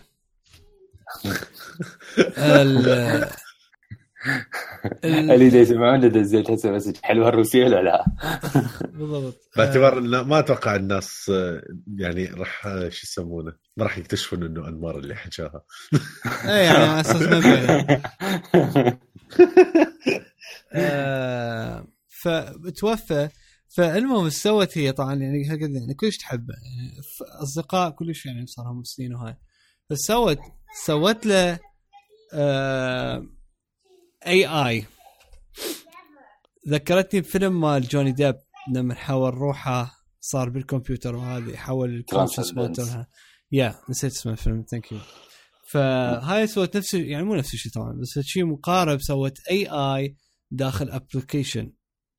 اللي دا يسمعون دزيت هسه مسج حلوه الروسيه ولا لا؟ بالضبط. باعتبار ما اتوقع الناس يعني راح شو يسمونه ما راح يكتشفون انه انمار اللي حكاها. اي يعني على اساس ما بينا فتوفى. فالمهم سوت هي طبعا يعني هكذا يعني كلش تحبه يعني اصدقاء كلش يعني صار لهم سنين وهاي. فسوت له AI ذكرتني بفيلم مال جوني ديب لما حول روحه صار بالكمبيوتر وهذه حول الكونشس موترها. نسيت اسم الفيلم ثانك يو. فهاي سوت نفس يعني مو نفس الشيء طبعا بس شيء مقارب. سوت AI داخل ابلكيشن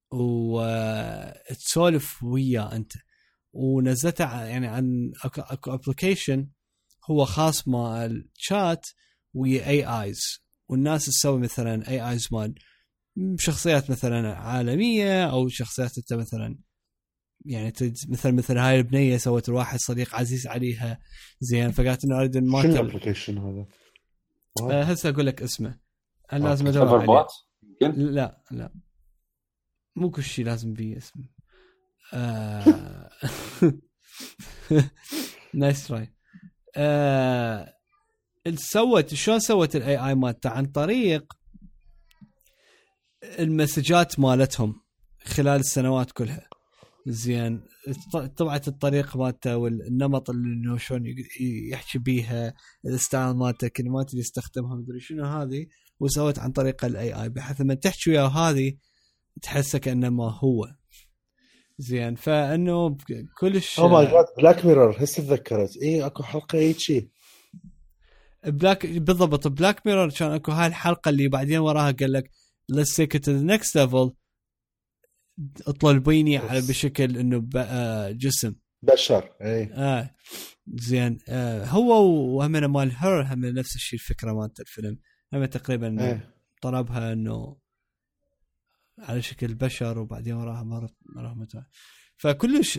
وتسولف وياه انت ونزلتها يعني عن اكو ابلكيشن هو خاص مع الشات ويا AIs والناس تسوي مثلا AIs مال شخصيات مثلا عالمية أو شخصيات أنت مثلا يعني مثل هاي البنية سوت الواحد صديق عزيز عليها زين فقالت إنه أريد ما شنو الابلكيشن هذا؟ هسه أقول لك اسمه أنا لازم أدور عليه. لا مو كل شيء لازم بيه اسمه. نايس تراي. شلون سوت الاي اي مالته عن طريق المسجات مالتهم خلال السنوات كلها زين. طبعت الطريقه مالته والنمط اللي شلون يحكي بيها الستايل مالته الكلمات اللي يستخدمها مدري شنو هذه وسوت عن طريق الاي اي بحيث لما تحكي وياه هذه تحسه كانما هو زين. فانه كلش بلاك ميرور هسه تذكرت اكو حلقه هيك بالضبط بلاك ميرور كان اكو هاي الحلقه اللي بعدين وراها قال لك let's take it to the next level اطلع بيني على بشكل انه جسم بشر زين. هو وهمنا مال هير هم نفس الشيء الفكره مالت الفيلم هم تقريبا طلبها انه على شكل بشر وبعدين وراها مرة فكلش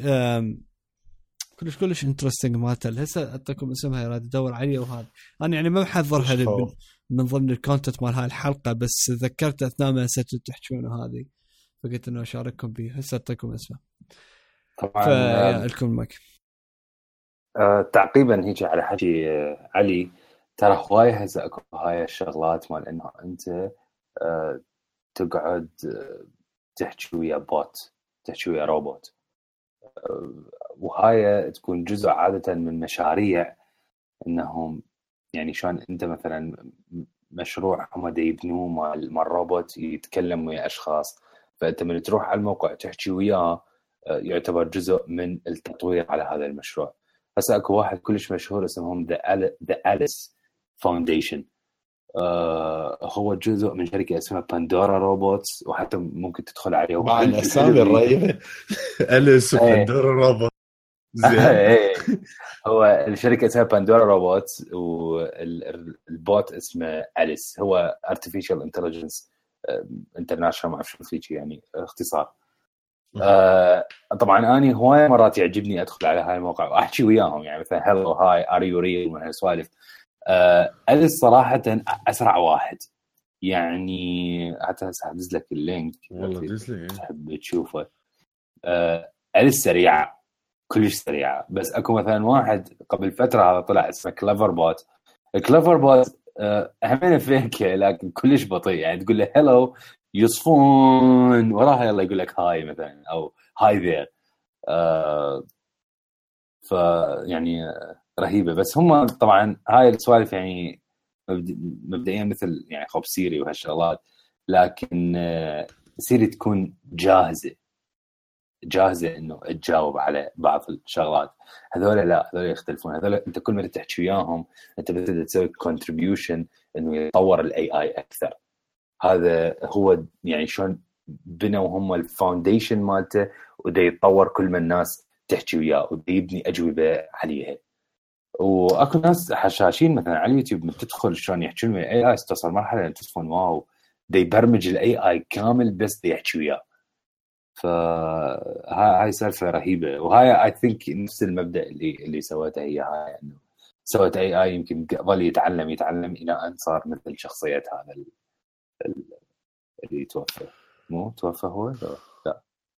كلش انترستينج مالته. هسه اعطيكم اسمها يراد ادور عليه وهذا انا يعني ما محضرها من ضمن الكونتنت مال هاي الحلقه بس ذكرت اثناء ما ستوا تحكون هذه فقلت انه اشارككم به. هسه اعطيكم اسمه طبعا لكم المايك. تعقيبا هيك على حكي علي، ترى هواي هسه اكو هاي الشغلات مال انه انت تقعد تحكي ويا بوت، تحكي ويا روبوت، وهاي تكون جزء عادة من مشاريع انهم يعني شلون انت مثلا مشروع هم دا يبنوه مال روبوت يتكلم ويا اشخاص، فانت من تروح على الموقع تحكي وياه يعتبر جزء من التطوير على هذا المشروع. هسه اكو واحد كلش مشهور اسمهم The Alice Foundation، هو جزء من شركة اسمها باندورا روبوتس، وحتى ممكن تدخل عليه مع الأسامي الرهيبة أليس وباندورا روبوت. هو الشركة اسمها باندورا روبوتس والبوت اسمه أليس، هو Artificial Intelligence International، ما أعرف شو فيك يعني اختصار. طبعا أنا هواي مرات يعجبني أدخل على هاي الموقع وأحكي وياهم، يعني مثلا hello hi are you real من هالسوالف. أليس صراحة أسرع واحد، يعني حتى هدز لك اللينك والله دزلي تحب تشوفه. أليس سريعة كلش سريعة، بس أكو مثلا واحد قبل فترة هذا طلع اسمه كليفر بوت. الكليفر بوت همينه فيك لكن كلش بطيء، يعني تقول له هلو يصفون وراها يلا يقول لك هاي مثلا أو هاي ذير. فيعني رهيبة. بس هم طبعا هاي السوالف يعني مبدئيا مثل يعني خوب سيري وهالشغلات، لكن سيري تكون جاهزة إنه تجاوب على بعض الشغلات. هذول لا، هذول يختلفون. هذول أنت كل ما تحكي وياهم أنت بتبدأ تسوي contribution إنه يتطور ال AI أكثر. هذا هو يعني شلون بنوا هم الفاونديشن مالته، وده يتطور كل ما الناس تحكي وياه وده يبني أجوبة عليها. وأكو ناس حشاشين مثلا على اليوتيوب من تدخل شلون يحكون ويا AI، تصل مرحلة أن تصفون واو ده يبرمج ال AI كامل بس ده يحكي وياه. فهاي سالفة رهيبة، وهاي I think نفس المبدأ اللي سوته هي هاي، إنه سوت AI يمكن ظل يتعلم إلى أن صار مثل شخصية هذا اللي توفى. مو توفى هو لا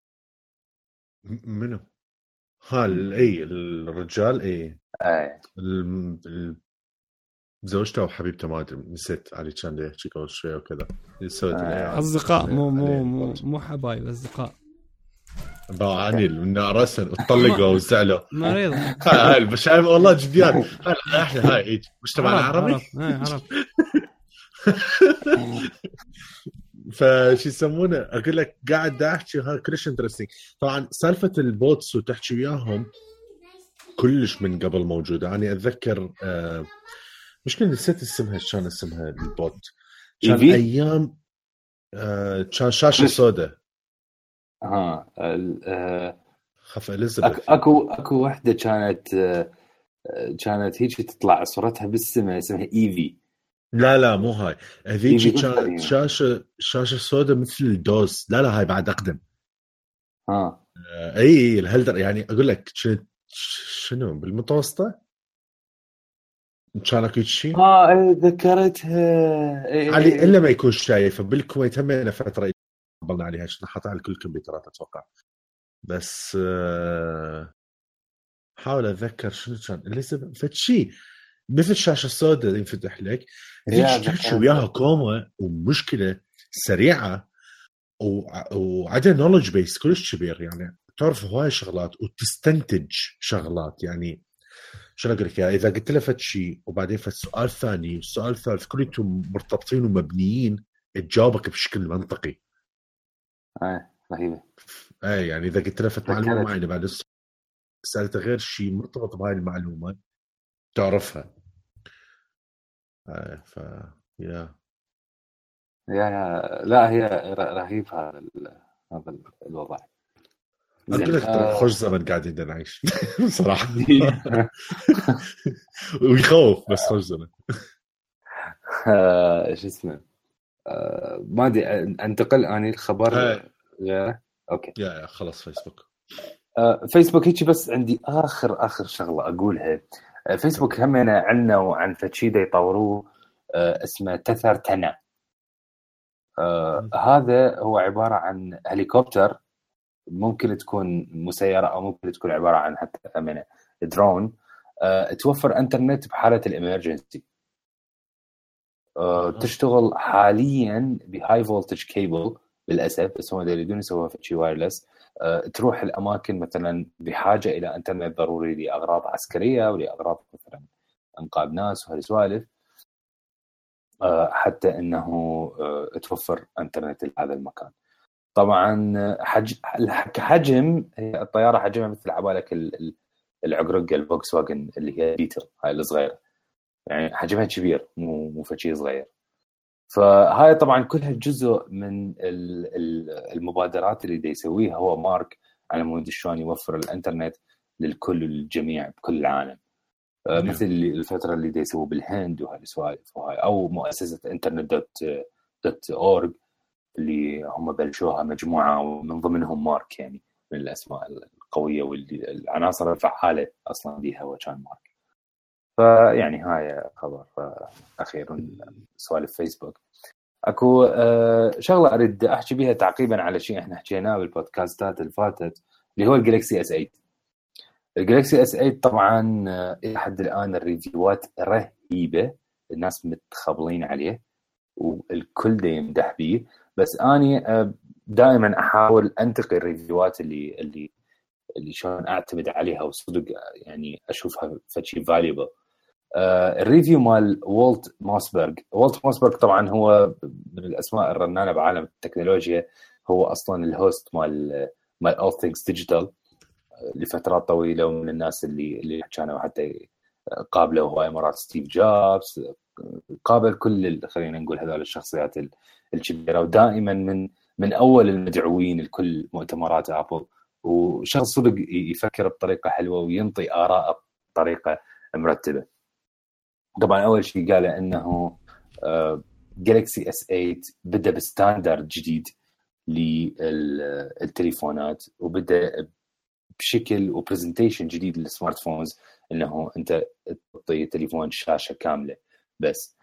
منو أي الرجال أي زوجته وحبيبته ما أدري نسيت علي كان ليه يحكي قبل شوي وكذا. أصدقاء مو حبايب، أصدقاء باعني النارسن وطلقوا وزعلوا مريض. هاي البشايم والله جديان. احنا هاي مجتمع العربي عرب فشي يسمونه اقول لك قاعد احكي هاي كلش انترستينج. طبعا سالفه البوتس وتحكي وياهم كلش من قبل موجوده. انا اتذكر مشكلة نسيت اسمها البوت كان ايام كان شاشه سوداء. خف اليزابيث. اكو وحده كانت هيك تطلع صورتها بالسماء اسمها ايفي. لا مو هاي هذيك كانت شاشه سوداء مثل الدوس. لا هاي بعد اقدم. اي الهلدر يعني اقول لك شنو بالمتوسطه كان اكو شيء ذكرتها علي الا ما يكون شايفه. بالكويت هم فتره قبلنا عليها عشان حاطها على كل الكمبيوترات اتوقع. بس حاول اتذكر شنو كان اللي فتشي مثل شاشه سوداء ينفتح لك تحكي وياها كومه ومشكله سريعه وعندها نولج بيس كلش كبير. يعني تعرف هواي شغلات وتستنتج شغلات. يعني شو اقول لك اذا قلت له فد شيء وبعدين فد سؤال ثاني والسؤال الثالث كلهم مرتبطين ومبنيين تجاوبك بشكل منطقي. رهيبه. يعني اذا قلت له فد معلومه معينه بعد سالته غير شيء مرتبط بهاي المعلومه تعرفها. ف يا لا هي رهيب هذا الوضع. أقول لك خوش زمن قاعدين نعيش صراحة ويخوف بس خوش زمن. ايش اسمه ما ادري انتقل اني الخبر غيره. اوكي يا خلاص فيسبوك. فيسبوك هيك بس عندي اخر شغله اقولها. فيسبوك همنا عنا وعن فتشيده يطوروه اسمه تثر تنا. هذا هو عباره عن هليكوبتر، ممكن تكون مسيره او ممكن تكون عباره عن حتى ثمنه درون، توفر انترنت بحاله الامرجنسي. تشتغل حاليا بهاي فولتج كيبل للاسف، بس هم يريدون يسووها في شيء وايرلس. تروح الاماكن مثلا بحاجه الى انترنت ضروري لاغراض عسكريه ولاغراض مثلا انقاذ ناس وهالسوالف، حتى انه توفر انترنت لهذا المكان. طبعا كحجم الطياره حجمها مثل عبالك العقرقه الفولكس واجن اللي هي بيتل هاي الصغيره، يعني حجمها كبير مو فشي صغير. فهاي طبعا كلها جزء من المبادرات اللي دا يسويها هو مارك على مود شلون يوفر الانترنت للكل والجميع بكل العالم. مثل الفتره اللي دا يسووه بالهند وهالسوالف، او مؤسسه internet.org اللي هم بلشوها مجموعه ومن ضمنهم مارك، يعني من الاسماء القويه والعناصر الفعاله اصلا بيها وكان مارك. فيعني هاي خبر اخيرا سوالف فيسبوك. اكو شغله اريد احكي بيها تعقيبا على شيء احنا حكيناه بالبودكاستات اللي فاتت، اللي هو الجالكسي اس 8. الجالكسي اس 8 طبعا الى حد الان الريفيوات رهيبه، الناس متخبلين عليه والكل دا يمدح بيه، بس اني دائما احاول انتقي الريفيوات اللي شلون اعتمد عليها وصدق يعني اشوفها فشي فاليبل. الريفيو مال والت موسبرغ طبعا هو من الاسماء الرنانه بعالم التكنولوجيا، هو اصلا الهوست مال All Things Digital لفترات طويله، ومن الناس اللي كانوا حتى قابلوا هواي مرات ستيف جوبز، قابل كل خلينا نقول هذول الشخصيات الكبيره، ودائما من اول المدعوين لكل مؤتمرات ابل، وشخص صدق يفكر بطريقه حلوه وينطي آراء بطريقه مرتبه. طبعا اول شيء قاله انه جالكسي اس 8 بدا بستاندرد جديد للتليفونات، وبدا بشكل وبرزنتيشن جديد للسمارت فونز، انه انت تعطي تليفون شاشه كامله بس.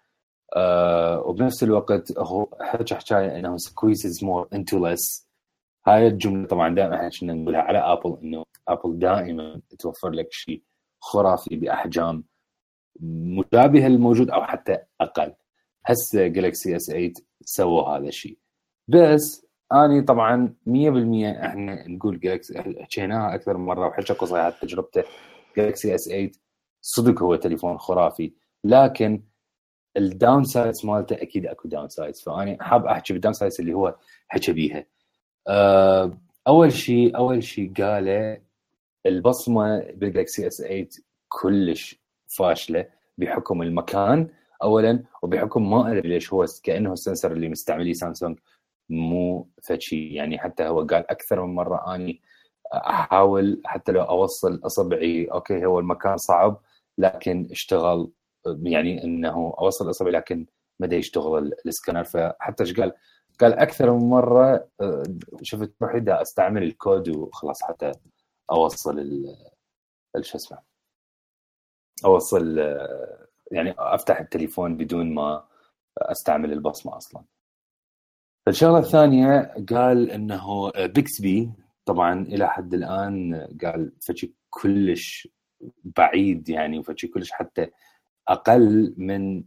وبنفس الوقت هو حكايه انه squeezes more into less. هاي الجمله طبعا دائما احنا كنا نقولها على ابل، انه ابل دائما توفر لك شيء خرافي باحجام مشابهه للموجود او حتى اقل. هسه جالكسي اس 8 سووا هذا الشيء، بس اني طبعا 100% احنا نقول جالكسي حكيناها اكثر من مره وحكى قصيحه تجربته. جالكسي اس 8 صدق هو تليفون خرافي، لكن الداون سايدز مالته اكيد اكو داون سايدز، فاني حاب احكي بالداون سايدز اللي هو حكى بيها. اول شيء قاله البصمه بالجالكسي اس 8 كلش فاشله بحكم المكان اولا، وبحكم ما ادري ليش هو كانه السنسر اللي مستعمليه سامسونج مو فشي. يعني حتى هو قال اكثر من مره اني احاول حتى لو اوصل اصبعي اوكي هو المكان صعب لكن اشتغل، يعني انه اوصل اصبعي لكن ما دا يشتغل السكانر. فحتى ايش قال اكثر من مره شفت روحي دا استعمل الكود وخلاص حتى اوصل شو اسمه اوصل يعني افتح التليفون بدون ما استعمل البصمه اصلا. الشغله الثانيه قال انه بيكسبي طبعا الى حد الان قال فشي كلش بعيد، يعني وفشي كلش حتى اقل من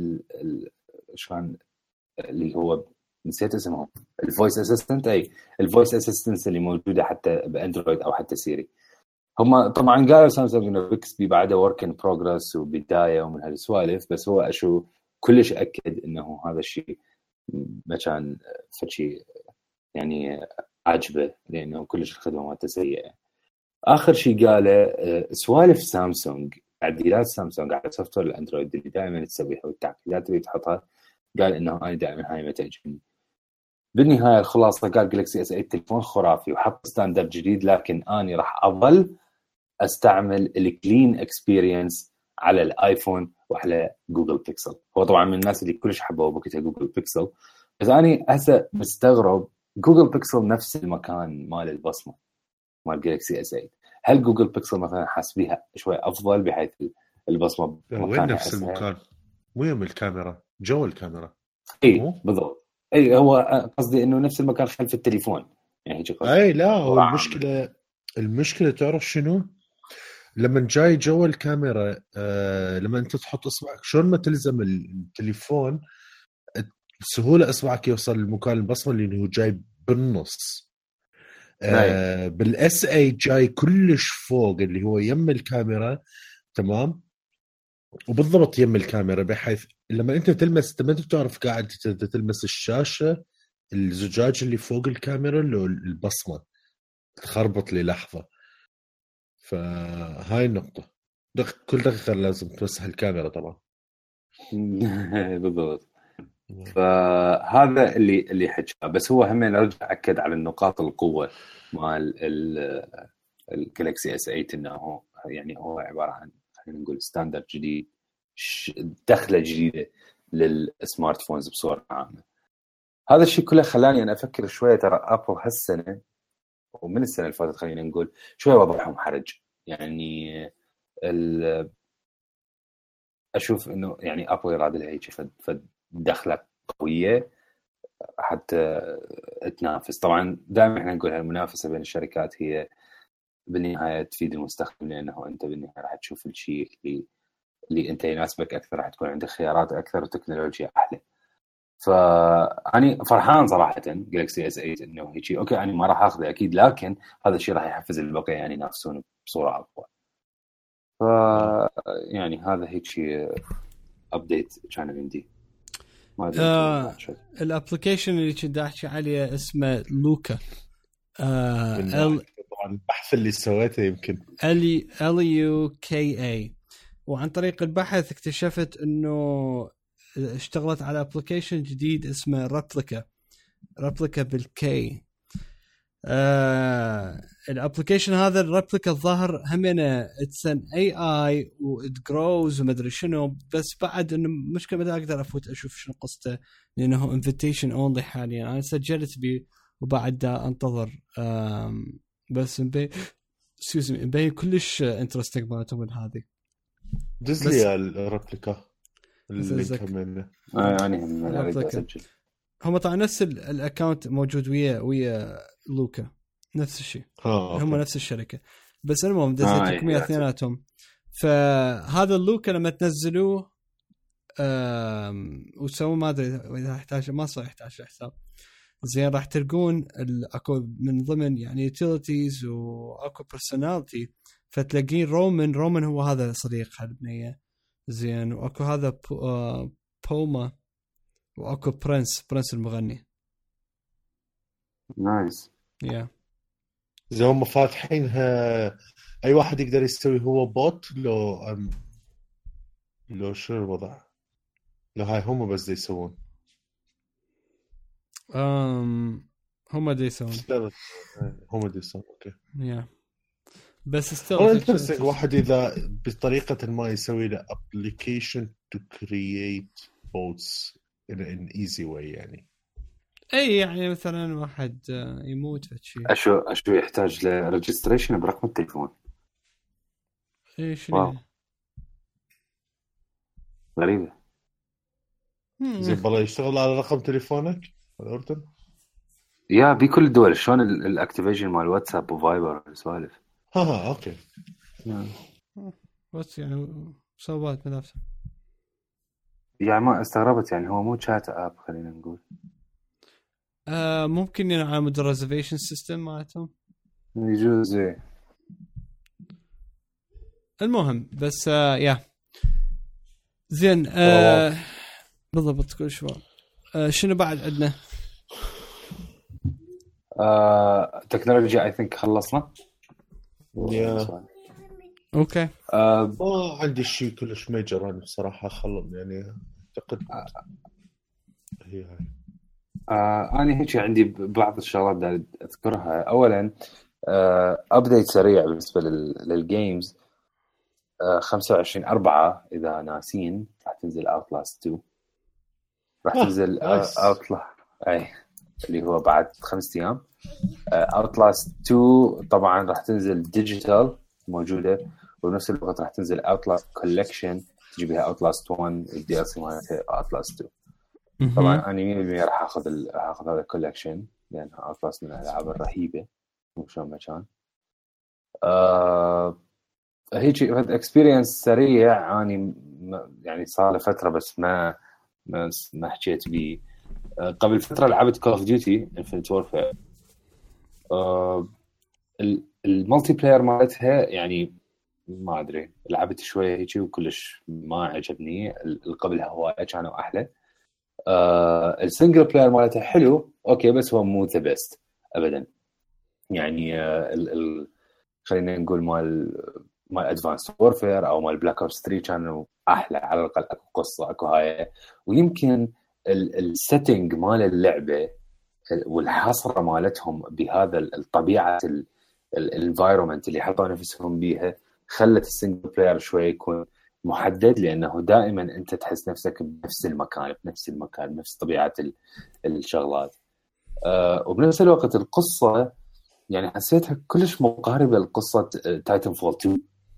شلون اللي هو نسيت اسمه الفويس اسيستنت، اي الفويس اسيستنت اللي موجوده حتى باندرويد او حتى سيري. هم طبعا قالوا سامسونج انه بيكسبي بعده ورك ان بروجرس وبدايه ومن هالسوالف، بس هو اشو كلش اكد انه هذا الشيء ما كان فشي يعني عجبه، لانه كلش الخدمه مالته سيئه. اخر شيء قاله سوالف سامسونج، تعديلات سامسونج على سوفت وير الاندرويد اللي دائما تسويها والتعديلات اللي تحطها، قال انه انا دائما هاي ما تعجبني. بالنهايه الخلاصه قال جالكسي اس 8 تليفون خرافي وحط ستاندرد جديد، لكن اني راح اظل استعمل الكلين اكسبيرينس على الايفون وعلى جوجل بيكسل. هو طبعا من الناس اللي كلش حبوا بوقتها جوجل بيكسل، بس اني هسه مستغرب جوجل بيكسل نفس المكان مال البصمه مال جالكسي اس 8. هل جوجل بيكسل مثلا حاس بيها شوي افضل بحيث البصمه وين نفس المكان؟ وين الكاميرا؟ جو الكاميرا اي بالضبط. اي هو قصدي انه نفس المكان خلف التليفون يعني هيك قصدي. اي لا هو المشكله تعرف شنو؟ لما جاي جوا الكاميرا لما انت تحط اصبعك شلون ما تلزم التليفون بسهوله اصبعك يوصل لمكان البصمه اللي هو جاي بالنص. بالاس اي جاي كلش فوق اللي هو يم الكاميرا تمام، وبالضبط يم الكاميرا، بحيث لما انت تلمس ما تعرف قاعد تلمس الشاشه الزجاج اللي فوق الكاميرا اللي البصمه تخربط للحظه. فهاي النقطه كل دقيقه لازم تمسح الكاميرا طبعا. بالضبط. فهذا اللي حكى، بس هو هم نرجع اكد على النقاط القوه مال الجالكسي اس 8 انه يعني هو عباره عن خلينا نقول ستاندرد جديد، دخله جديده للسمارت فونز بصوره عامه. هذا الشيء كله خلاني انا افكر شويه، ترى ابل هالسنه ومن السنه اللي فاتت خلينا نقول شويه وضعهم حرج. يعني اشوف انه يعني ابل يراد لها هيك فدخله قويه حتى تنافس. طبعا دائما احنا نقول المنافسه بين الشركات هي بالنهايه تفيد المستخدم، لانه انت بالنهايه راح تشوف الشيء اللي انت يناسبك اكثر، راح تكون عندك خيارات اكثر وتكنولوجيا احلى. فاني فرحان صراحه جالكسي اس 8 انه هيك اوكي انا ما راح اخذه اكيد، لكن هذا الشيء راح يحفز البقيه يعني ينافسون بصوره اقوى. ف يعني هذا هيك شيء ابديت كان عندي. الابلكيشن اللي كنت احكي عليه اسمه لوكا. طبعا البحث اللي سويته يمكن LUKA، وعن طريق البحث اكتشفت انه اشتغلت على ابلكيشن جديد اسمه ريبليكا بالكي. الابلكيشن هذا الريبليكا الظاهر همينه اتس ان اي اي وات جروز وما ادري شنو، بس بعد انه مشكله ما اقدر افوت اشوف شنو قصته لانه انفيتيشن اونلي حاليا. انا سجلت بيه وبعد انتظر بس مبين كلش انترستنج مالته من هذه. دزلي الريبليكا اللي كمان يعني اريد اسجل. هم طبعا نفس الاكونت موجود ويا لوكا، نفس الشيء. هم نفس الشركه، بس المهم دزيت لكم يا اثنيناتهم. فهذا اللوكا لما تنزلوه وسووا ما ادري اذا يحتاج ما صار يحتاج حساب زين، راح تلقون اكو من ضمن يعني يوتيليتيز واكو بيرسوناليتي، فتلاقين رومان هو هذا صديق هالبنيه زين، واكو هذا بوما، واكو برنس المغني. نايس. يا إذا هم فاتحينها أي واحد يقدر يستوي هو بوت لو شو الوضع؟ لو هاي هم بس دي يسوون هم دي يسوون اوكي. يا بس استغرب واحد اذا بطريقه ما يسوي له application to create bots in an easy way يعني. اي يعني مثلا واحد يموت فشي اشو يحتاج لريجستريشن برقم التليفون. ايش غريبه. زين بالله يشتغل على رقم تليفونك الاردن يا بكل الدول. شلون الاكتيفيشن مال واتساب وفايبر والسوالف. اوكي بس يعني صوبات منافسه يعني ما استغربت يعني هو مو شات اب خلينا نقول. ممكن على مود الريزرفيشن سيستم مالتهم يجوز. المهم بس يا زين بالضبط كل شوي. شنو بعد عندنا؟ تكنولوجيا اي ثينك خلصنا. اوكي ما عندي شيء كلش ميجر انا بصراحه خلص يعني اعتقد هي هاي. انا هيك عندي بعض الشغلات بدي اذكرها. اولا ابديت سريع بالنسبه للجيمز. 25/4 اذا ناسين راح تنزل اوتلاست 2. راح تنزل اوتلاست اللي هو بعد 5 ايام. اوتلاست 2 طبعا راح تنزل ديجيتال موجوده، وبنفس الوقت راح تنزل اوتلاست كولكشن تجي بها اوتلاست 1 الدي ال سي مالتها اوتلاست 2. طبعا أنا 100% راح أخذ هذا الكولكشن لأنها أوتلاست من الألعاب الرهيبة وشو ما كان. هيك اكسبيرينس سريع اني يعني صار له فتره بس ما حكيت بيه. قبل فتره لعبت كول اوف ديوتي انفينيت وورفير. المالتي بلاير مالتها يعني ما ادري لعبت شويه هيك وكلش ما عجبني. قبلها هوايه كانوا احلى. السنجل بلاير مالتها حلو اوكي بس هو مو ذا بيست ابدا يعني. خلينا نقول مال ادفانس وورفير او مال بلاك اوبس 3 كانوا احلى على الاقل اكو قصه اكو هاي. ويمكن السيتنج مال اللعبه والحصره مالتهم بهذا الطبيعه الانفايرمنت اللي حطوا نفسهم بيها خلت السنجل بلاير شوي يكون محدد لانه دائما انت تحس نفسك بنفس المكان بنفس طبيعه الشغلات. وبنفس الوقت القصه يعني حسيتها كلش مقاربة لقصة تايتن فول 2.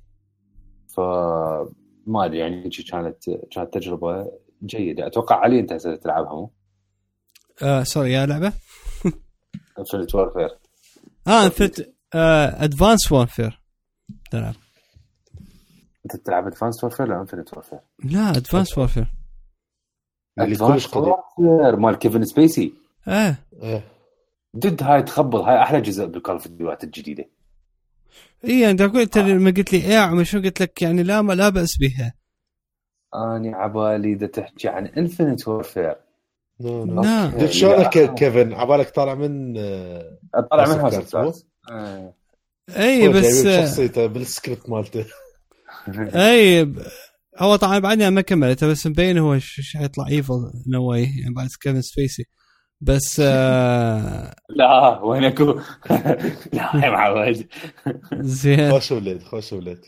فما أدري يعني كانت تجربة جيدة. أتوقع علي أنت هسه تلعبها مو؟ سوري يا لعبة انفينيت وورفير. انفينيت ادفانس وورفير تلعب. أنت تلعب ادفانس وورفير لا انفينيت وورفير؟ لا ادفانس وورفير اللي كلش قديم مال كيفن سبيسي. ضد هاي تخبل هاي احلى جزء بالكول اوف ديوتي الجديده. اي انت قلت ما قلت لي وما شو قلت لك يعني لا بأس بها. اني عبالي اذا تحكي عن انفينيت وورفير. لا قلت شلونك كيفن عبالك طالع من منها اي بس شخصيته بالسكريبت مالته. اي هو طبعا بعدني ما كملته بس مبين هو حيطلع ايفل نوي يعني بعد كيفن سبيسي بس لا وينكو لا يا معود زين خوش ولد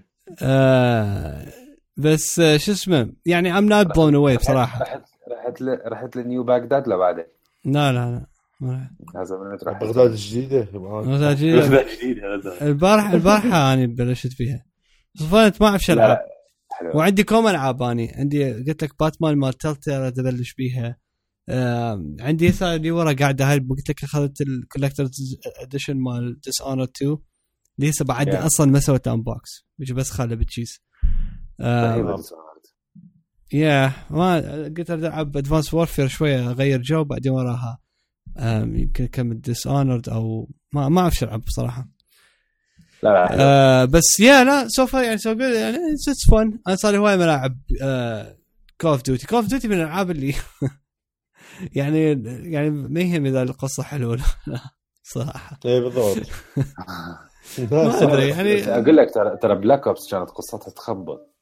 بس شو اسمه يعني I'm not blown away بصراحة. رحت لنيو باغداد لا بعد لا هذا من تروح بغداد الجديدة. بغداد جديدة البارحة أنا بلشت فيها صفنت ما أعرف شو ألعب وعندي كم ألعاب. أنا عندي قلت لك باتمان مال تلتير أبلش بيها. عندي صار لي ورا قاعدة هاي قلت لك أخذت الكولكترز اديشن مال Dishonored 2 لسه بعد أصلا ما سويت أنبوكس بس خاله بالتشيز. ما قلت ألعب أدفانس وورفير شوية أغير جو بعدين وراها يمكن كم Dishonored أو ما أعرف شو ألعب بصراحة. لا بس لا سوف يعني it's fun. أنا صار لي هواي ملاعب Call of Duty من الألعاب اللي يعني ما يهم إذا القصة حلوة لا صراحة. إيه بالضبط. ما أدري يعني أقول لك ترى بلاك أوبس كانت قصتها تخبط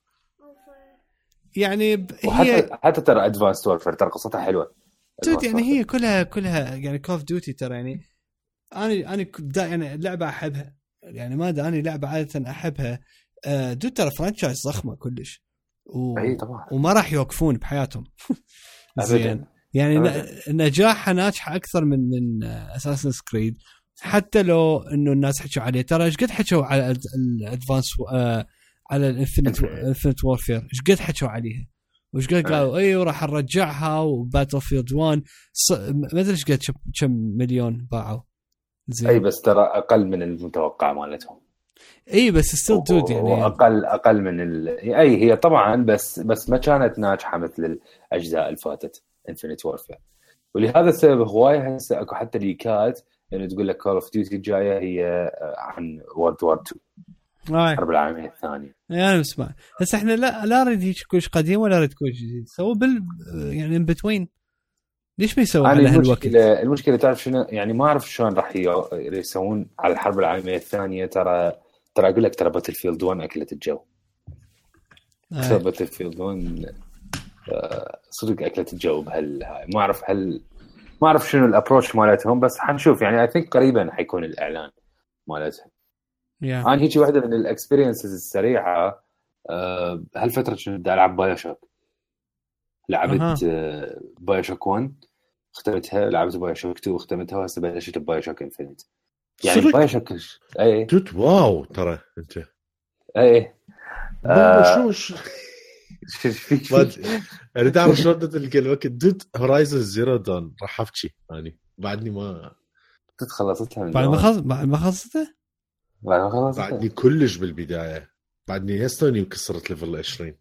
يعني حتى ترى أدفانس وورفير ترى قصتها حلوة يعني هي كلها يعني Call of Duty ترى يعني أنا يعني لعبة أحبها يعني ما أنا لعبة عادة أحبها. دو ترى فرانشايز ضخمة كلش طبعا وما راح يوقفون بحياتهم. زين يعني نجاحها ناجحة أكثر من أساسنز كريد حتى لو إنه الناس حكوا عليه. ترى إيش قد حكوا على الأدفانس على الانفينيت وورفير إيش قد حكوا عليها وإيش قد قالوا راح نرجعها وباتل فيلد 1 ما أدري إيش قد كم مليون باعوا. زين بس ترى أقل من المتوقع مالتهم. بس ستيل دود يعني أقل من هي طبعا بس ما كانت ناجحة مثل الأجزاء اللي فاتت انفينيت وورفير. ولهذا السبب هواية هسه اكو حتى ليكات انه تقول لك كول اوف ديوتي الجايه هي عن وورد وور 2 الحرب العالميه الثانيه. يعني اسمع هسه احنا لا نريد هيك كلش قديم ولا نريد كلش جديد سووا يعني ان بتوين. ليش ما يسوون على هالوقت؟ المشكله تعرف شنو يعني ما اعرف شلون راح يسوون على الحرب العالميه الثانيه. ترى اقول لك ترى باتل فيلد 1 اكلت الجو. باتل فيلد 1 صدق أكلت الجو بهالهاي. ما أعرف شنو الأبروش مالتهم بس حنشوف يعني I think قريبا حيكون الإعلان مالتهم. أنا هيك واحدة من الإكسبيرينسز السريعة. هالفترة كنت ألعب بايوشوك. لعبت بايوشوك 1 ختمتها. لعبت بايوشوك 2 ختمتها. وهسه بلشت بايوشوك انفينيت يعني بايوشوك واو ترى أنت شو فيك ما أدري. انا تعرف شلون تلقى الوقت دود هورايزن زيرو دون راح ابكي يعني بعدني ما تتخلصتها من بعد ما زمان. بعد ما خلصته بعد ما خلصتها. بعدني كلش بالبدايه بعدني يستوني وكسرت ليفل 20.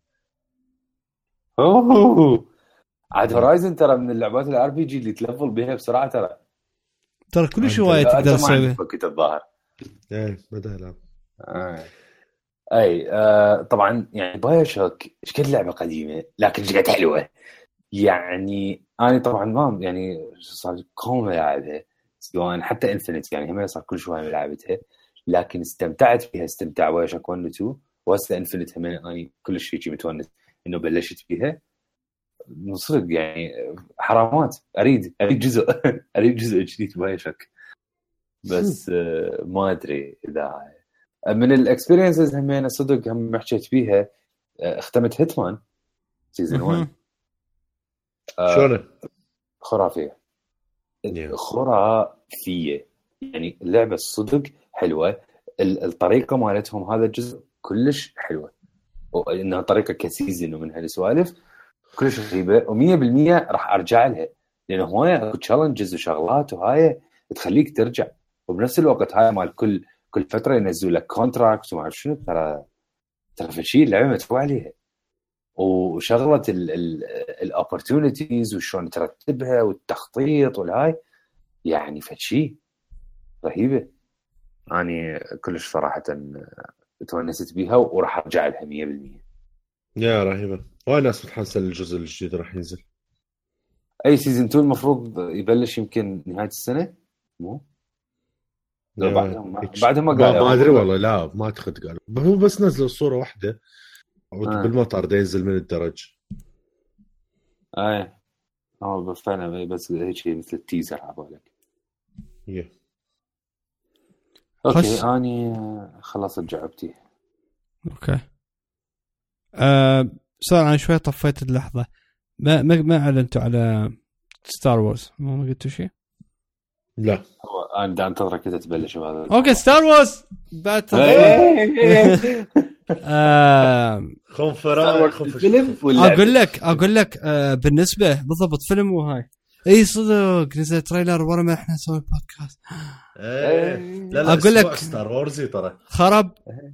اوه عاد هورايزن ترى من اللعبات الار بي جي اللي تلفل بيها بسرعه ترى كل شيء أنت- وايد لا، تقدر أنت ما عندك تسوي. وقت الظاهر. ايه بدا لا اي طبعا يعني بايو شوك ايش قد لعبه قديمه لكن ايش قد حلوه. يعني انا طبعا ما يعني صار كوم العبها سواء حتى انفنت يعني هم صار كل شويه لعبتها لكن استمتعت فيها استمتاع بايو شوك 1 و 2 وهسه انفنت هم انا كل شيء متونس انه بلشت فيها صدق يعني حرامات اريد جزء اريد جزء جديد بايو شوك بس ما ادري اذا من الاكسبيرينسز همين صدق هم حكيت بيها اختمت هيتمان سيزون 1 شلون خرافيه خرافيه يعني اللعبه الصدق حلوه الطريقه مالتهم هذا الجزء كلش حلوه وانها طريقه كسيزن ومن هالسوالف كلش غريبه و100% راح ارجع لها لانه هوايه اكو تشالنجز وشغلات وهاي تخليك ترجع وبنفس الوقت هاي مال كل فتره ينزلوا لك كونتراكت وما اعرف شنو ترى فشي اللعبه مدفوع عليها وشغله الاوبورتونيتيز وشلون ترتبها والتخطيط والهاي يعني فشي رهيبه. اني كلش صراحه تونست بيها وراح ارجع لها 100%. يا رهيبه وايد ناس متحمسه للجزء الجديد راح ينزل. اي سيزون 2 المفروض يبلش يمكن نهايه السنه مو بعدهم ما قالوا ما ادري والله لا ما اعتقد قالوا هو بس نزلوا الصوره واحده بالمطار ده ينزل من الدرج. اي فعلا بس هيك مثل التيزر عبالك. اوكي اني خلصت جعبتي. اوكي سؤال عن شوي طفيت اللحظه ما اعلنتوا على ستار وورز ما قلتوا شيء؟ لا هو انا دا انتظرك كذا تبلش بهذا. اوكي ستار وورز بات اقول لك بالنسبه بالضبط فيلم وهاي اي صدق نزل تريلر ورا ما احنا نسوي بودكاست. لا اقول لك ستار وورز ترى خرب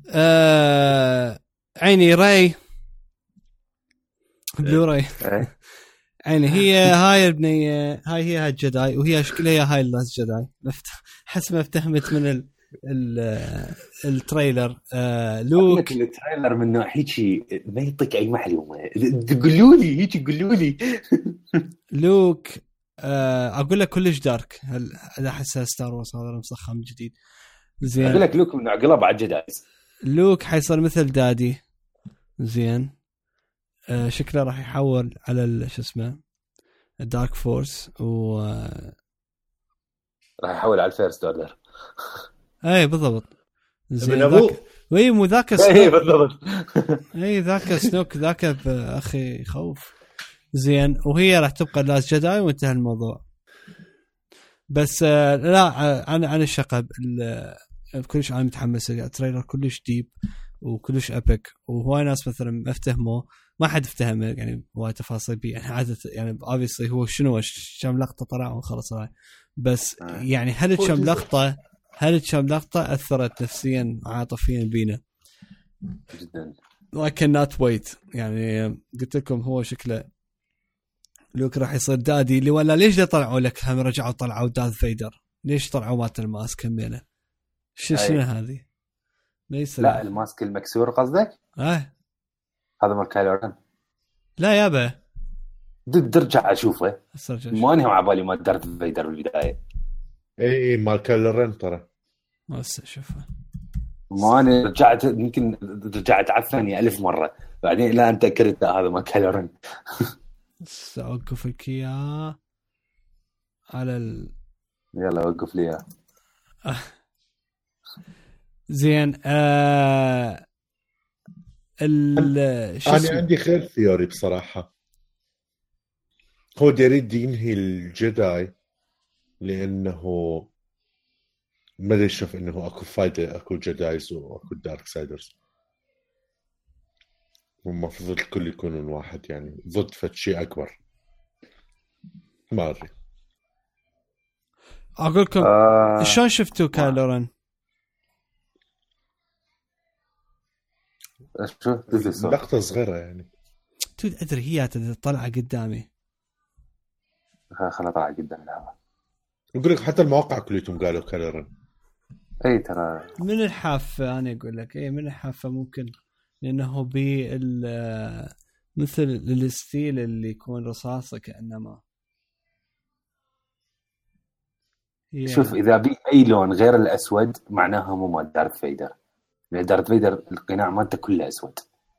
عيني راي بلوراي عيني هي هاي البنيه هاي هي الجداي وهي شكلها هاي اللاس جداي حسب ما افتهمت من التريلر. لوك التريلر من ناحيتي ما يعطيك اي معلومه تقولوا لي هيك قولوا لي لوك اقول لك كلش دارك هذا احسها ستار وورز هذا مسخم جديد زين. اقول لك لوك من عقله بعد جدايز لوك حيصير مثل دادي زين. شكله راح يحول على شو اسمه الدارك فورس و راح يحول على الفيرست اوردر. اي بالضبط زين ابوك وي مو ذاك اي بالضبط اي ذاك سنوك ذاك اخي يخوف زين. وهي راح تبقى لاس جداي وانتهى الموضوع. بس لا انا الشقب كلش انا متحمس التريلر كلش ديب وكلش ابيك وهواي ناس مثلا ما افتهموه ما حد افتهمه يعني هواي تفاصيل بيه يعني عادة يعني obviously هو شنو كم لقطة طلع وخلص راي بس يعني هل كم لقطة أثرت نفسيا عاطفيا بينا جدا. I cannot wait يعني قلت لكم هو شكله لوك راح يصير دادي اللي ولا ليش طلعوا لك هم رجعوا طلعوا داث فيدر ليش طلعوا مات الماسك كمينه شنو هذه ليس لا الماسك المكسور قصدك هذا مال كايلو رين. لا يابا ترجع اشوفه ما انهم على بالي ما دارث فيدر بالبدايه. اي مال كايلو رين ترى بس اشوفه ما انا رجعت يمكن رجعت عفني 1000 مره بعدين لا انت كرت هذا مال كايلو رين. سأوقف لك اياه على يلا وقف لي اياه. أنا زين عندي خير ثيوري بصراحة. هو يريد ينهي الجداي لأنه ما يشوف إنه أكو فايدة أكو جدايز وأكو دارك سايدرز المفروض الكل يكونون واحد يعني ضد فد شيء اكبر. ما ادري. اقول لكم شلون شفتوا كايلو رن؟ لقطة صغيرة يعني. تود ادري هي تطلع قدامي. خلها طلع قدام الهواء. يقول لك حتى المواقع كلهم قالوا كالرن. اي ترى من الحافة انا اقول لك اي من الحافة ممكن لانه مثل الستيل اللي يكون رصاصة كأنما شوف اذا بي اي لون غير الاسود معناها مو مال دارث فيدر، لان دارث فيدر القناع مالته كله اسود.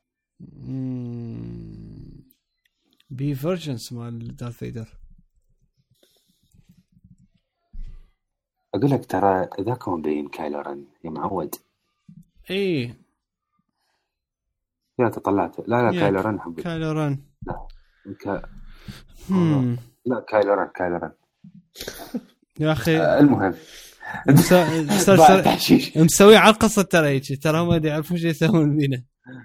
بي فيرجنز مال دارث فيدر. اقول لك ترى ذاك هو مبين كايلو رن يا معود. اي يا تطلعت لا كايلو رن حبيبي. كايلو رن لا كايلو رن يا اخي. المهم مسوي على القصة ترى هيك ترى هم يعرفون شو يسوون فينا.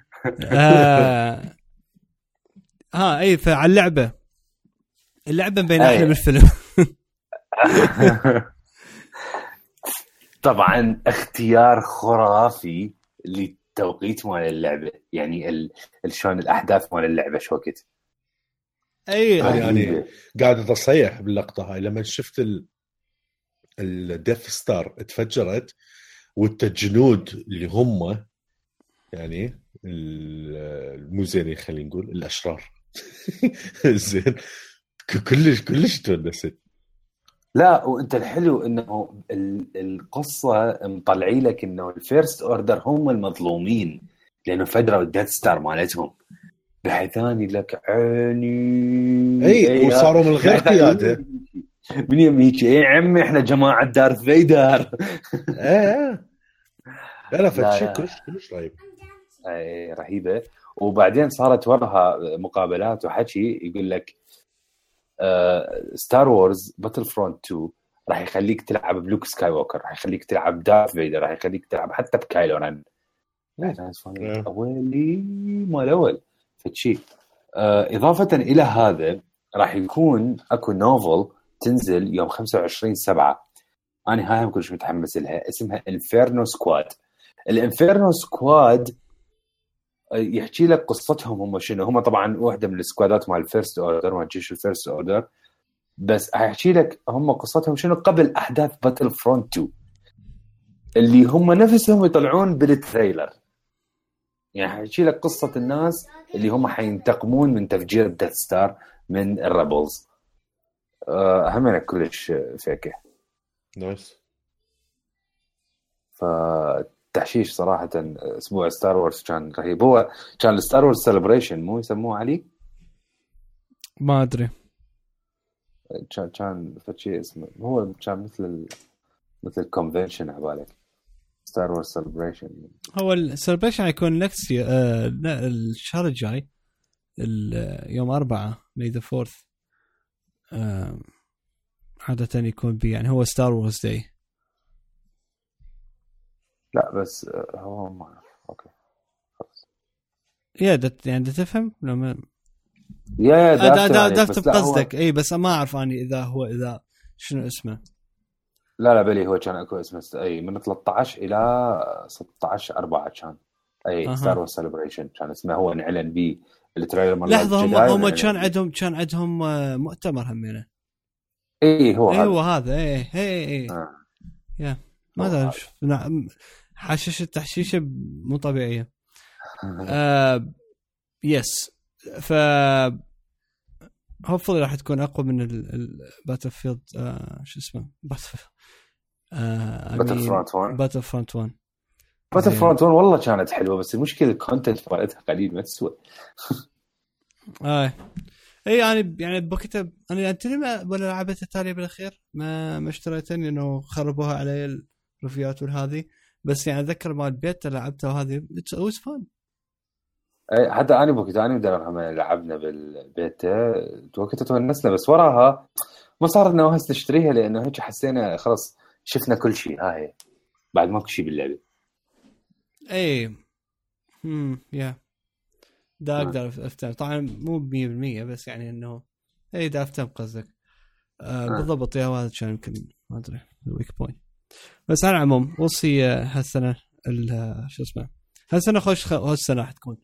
اي فعلى اللعبة بين احلى بالفيلم. طبعا اختيار خرافي للتوقيت مال اللعبة، يعني شلون الأحداث مال اللعبة شو وقت. يعني قاعد أصيح باللقطة هاي لما شفت الديث ستار تفجرت والجنود اللي هم يعني المزينين خلينا نقول الأشرار. زين كلش تونست. لا وانت الحلو انه القصه مطلعي لك انه الفيرست اوردر هم المظلومين لانه فجروا الديث ستار مالتهم، بحيث اني لك عيني اي وصاروا من غير قياده من يميك. اي عمي احنا جماعه دارث فيدر. لا فتشي كلش رهيب. اي رهيبه. وبعدين صارت وراها مقابلات وحكي يقول لك ستار وورز باتل فرونت 2 راح يخليك تلعب بلوك سكاي ووكر، راح يخليك تلعب دارث فيدر، راح يخليك تلعب حتى بكايلو رن. اولي ما الاول فشي. اضافه الى هذا راح يكون اكو نوفل تنزل يوم 25/7 انا هاي كلش متحمس لها، اسمها انفيرنو سكواد. الانفيرنو سكواد يحكي لك قصتهم هم شنو. هم طبعا واحدة من السكوادات مال الفيرست اوردر، ما جيش الفيرست اوردر، بس هيحكي لك هم قصتهم شنو قبل احداث باتل فرونت 2 اللي هم نفسهم يطلعون بالتريلر. يعني هيحكي لك قصة الناس اللي هم حينتقمون من تفجير الديث ستار من الريبلز. همنا كلش فيكه نايس. تحشيش صراحة. أسبوع ستار وورز كان رهيب. هو كان الستار وورز سيلبريشن مو يسموه علي؟ ما أدري. كان فشي اسمه هو كان مثل الكونفنشن عبالك ستار وورز سيلبريشن. هو السيلبريشن يكون نكست الشهر الجاي يوم 4 ماي ذا 4 عادة يكون يعني هو ستار وورز داي. لا بس هو ما أعرف. أوكي خلاص. يعني تفهم لما دا قصدك اي بس ما اعرف اني اذا شنو اسمه. لا بلي هو كان اكو اسمه اي من 13 الى 16/4 كان اي ستار وورز سيلبريشن كان اسمه. هو انعلن به التريلر مال لحظه هم كان عندهم مؤتمر همينه. اي هو هذا اي يا ما ادري حششه تحشيشه مو طبيعيه. يس ف هوبفلي راح تكون اقوى من الباتل فيلد شو اسمه باتل فرونت 1. باتل فرونت 1 والله كانت حلوه بس المشكله الكونتنت مالتها قليل ما تسوى. اي يعني بوقتها انا انت ولا لعبت التالي بالاخير ما اشتريتني انه خربوها علي الرفيات والهذه، بس يعني اتذكر مال البيت لعبتها وهذه اتس فان. حتى انا بوقتها انا ودرهم لعبنا بالبيت وقتها تونسنا، بس وراها ما صار لنا وهس نشتريها لانه هيك حسينا خلاص شفنا كل شيء. هاي بعد ماكو شيء باللعبه. اي يا دا اقدر افتهم طبعا مو 100% بس يعني انه اي دا افتهم قصدك. بالضبط يا هذا كان يمكن ما ادري الويك بوينت. بس على العموم وصي هالسنه شو اسمه هالسنه خوش هالسنه راح تكون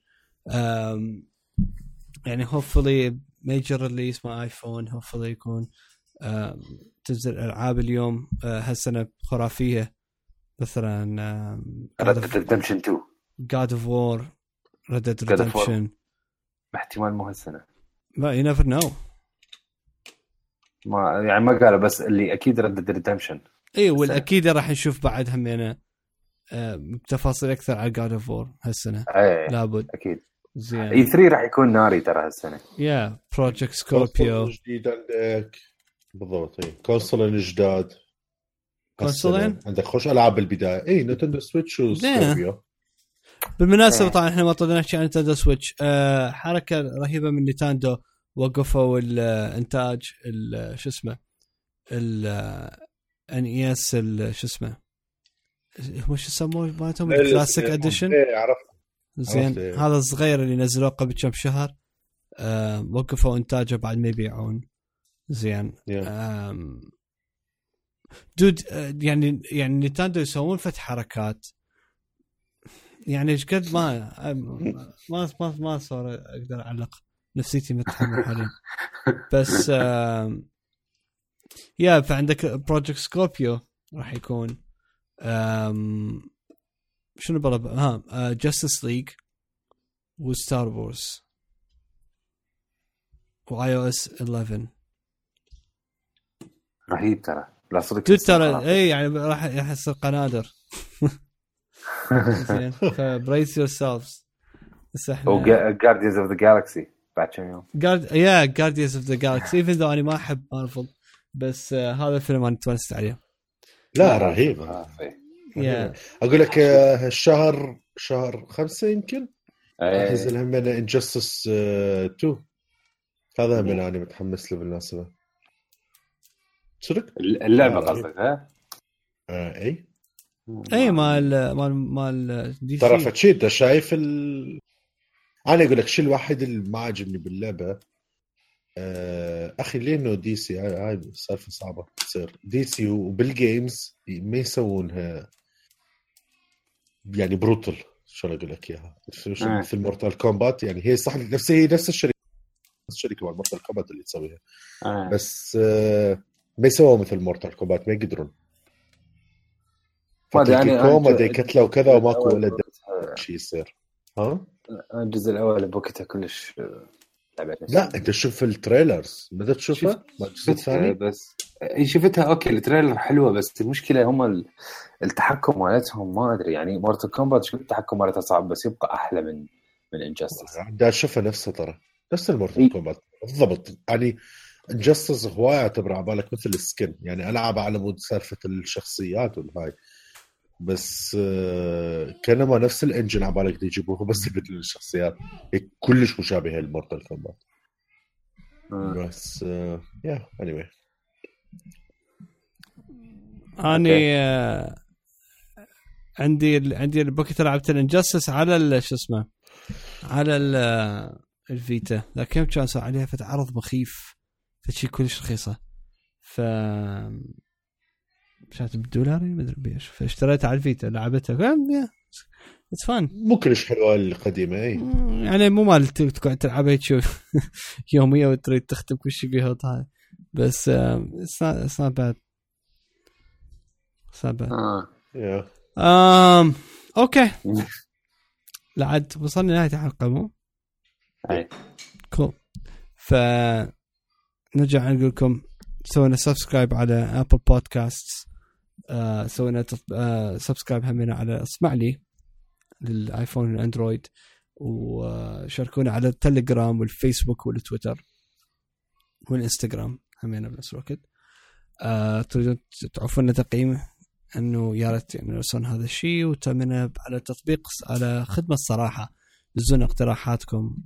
يعني hopefully major release مع ايفون hopefully يكون تنزل العاب اليوم هالسنه خرافيه مثلا Red Dead Redemption 2 God of War Red Dead Redemption احتمال مو هالسنة ما you never know ما يعني ما قالوا بس اللي اكيد Red Dead Redemption اي والاكيد راح نشوف بعد همينه تفاصيل اكثر على God of War هالسنه لابد اكيد زين اي 3 راح يكون ناري ترى هالسنه يا بروجكت سكوربيو جديد عندك بالضبط اي كونسولين جداد كونسولين عندك خوش العاب بالبدايه اي نينتندو سويتش وسكوربيو. بالمناسبه طبعا احنا ما طلعنا نحكي عن نينتندو سويتش حركه رهيبه من نينتندو وقفوا الانتاج شو اسمه NES شو اسمه هو شو يسموه مالتهم الكلاسيك اديشن اي عرفت زين هذا الصغير اللي نزلوه قبل كم شهر وقفوا انتاجه بعد ما يبيعون زين دود يعني نينتندو يسوون فتح حركات يعني ايش قد ما صار اقدر اعلق نفسيتي متحمل حاليا بس يا فعندك بروجكت سكوربيو راح يكون شنو بلا جاستس ليج وستار وورز واي او اس 11 رهيب ترى لا صدق ترى اي يعني راح يحصل قنادر زين فبريس يور سيلفز جارديانز اوف ذا جالكسي بعد كم يوم جارديانز اوف ذا جالكسي even though انا ما احب مارفل بس هذا الفيلم انا تونست عليه لا رهيب اقول لك شهر 5 يمكن نزل همنا انجستس 2 هذا من انا متحمس له بالمناسبه صدق اللعبه قصدك ها اي مال دي ترى فتشيت شايف انا اقول لك شيء الواحد اللي ما عجبني باللعبه اخي لانه دي سي هاي سالفه صعبه تصير دي سي وبالجيمز ما يسوونها يعني بروتل شو اقول لك اياها في المورتال كومبات يعني هي صح نفس الشركه مع المورتال كومبات اللي تسويها بس ما يسووا مثل مورتال كومبات ما يقدرون يعني كوما دي كتله وكذا وماكو ولا شيء يصير الجزء الاول بوقتها كلش لا انت شوف التريلرز بدأت تشوفها الجزء الثاني بس شفتها اوكي التريلر حلوه بس المشكله هم التحكم مالتهم ما ادري يعني مورتال كومبات شو التحكم مالتها صعب بس يبقى احلى من انجستس دا اشوفها نفسها ترى نفس المورتال كومبات بالضبط يعني انجستس هوايه اعتبر على بالك مثل السكن يعني العب على مود سالفه الشخصيات والهاي بس كانما نفس الانجن على بالك يجيبوه بس بدل الشخصيات كلش مشابهه للمورتال كومبات بس يا anyway اني عندي البوكيت لعبت الانجستس على شو اسمه على الفيتا لكن كان صار عليها عرض مخيف فشي كلش رخيصه ف شات $1 ما ادري بيش فاشتريتها على الفيتا لعبتها اتس فان مو كلش حلوه القديمه اي يعني مو مال تقعد تلعبها تشوف يوميا وتريد تختم كل شيء بيها هاي بس it's not bad اوكي لعد وصلنا نهايه الحلقه مو اي كول نرجع نقول لكم سوينا سبسكرايب على ابل بودكاست سوينا سبسكرايب همنا على اسمع لي للايفون والاندرويد وشاركونا على التليجرام والفيسبوك والتويتر والانستغرام همنا بنفس الوقت تريدون تعرفون تقييم انه يا ريت يعني نرسل هذا الشيء وتمنا على تطبيق على خدمه الصراحه دزونا اقتراحاتكم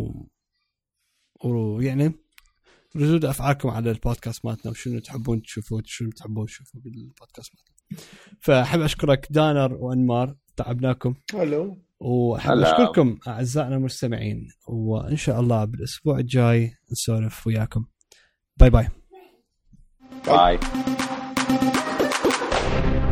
ويعني ردود افعالكم على البودكاست مالتنا وشنو تحبون تشوفوا شنو تحبون تشوفوا بالبودكاست مالتنا. فاحب اشكرك دانر وانمار تعبناكم. هلو وأحب أشكركم أعزائنا المستمعين، وإن شاء الله بالأسبوع الجاي نسولف وياكم. باي باي. باي.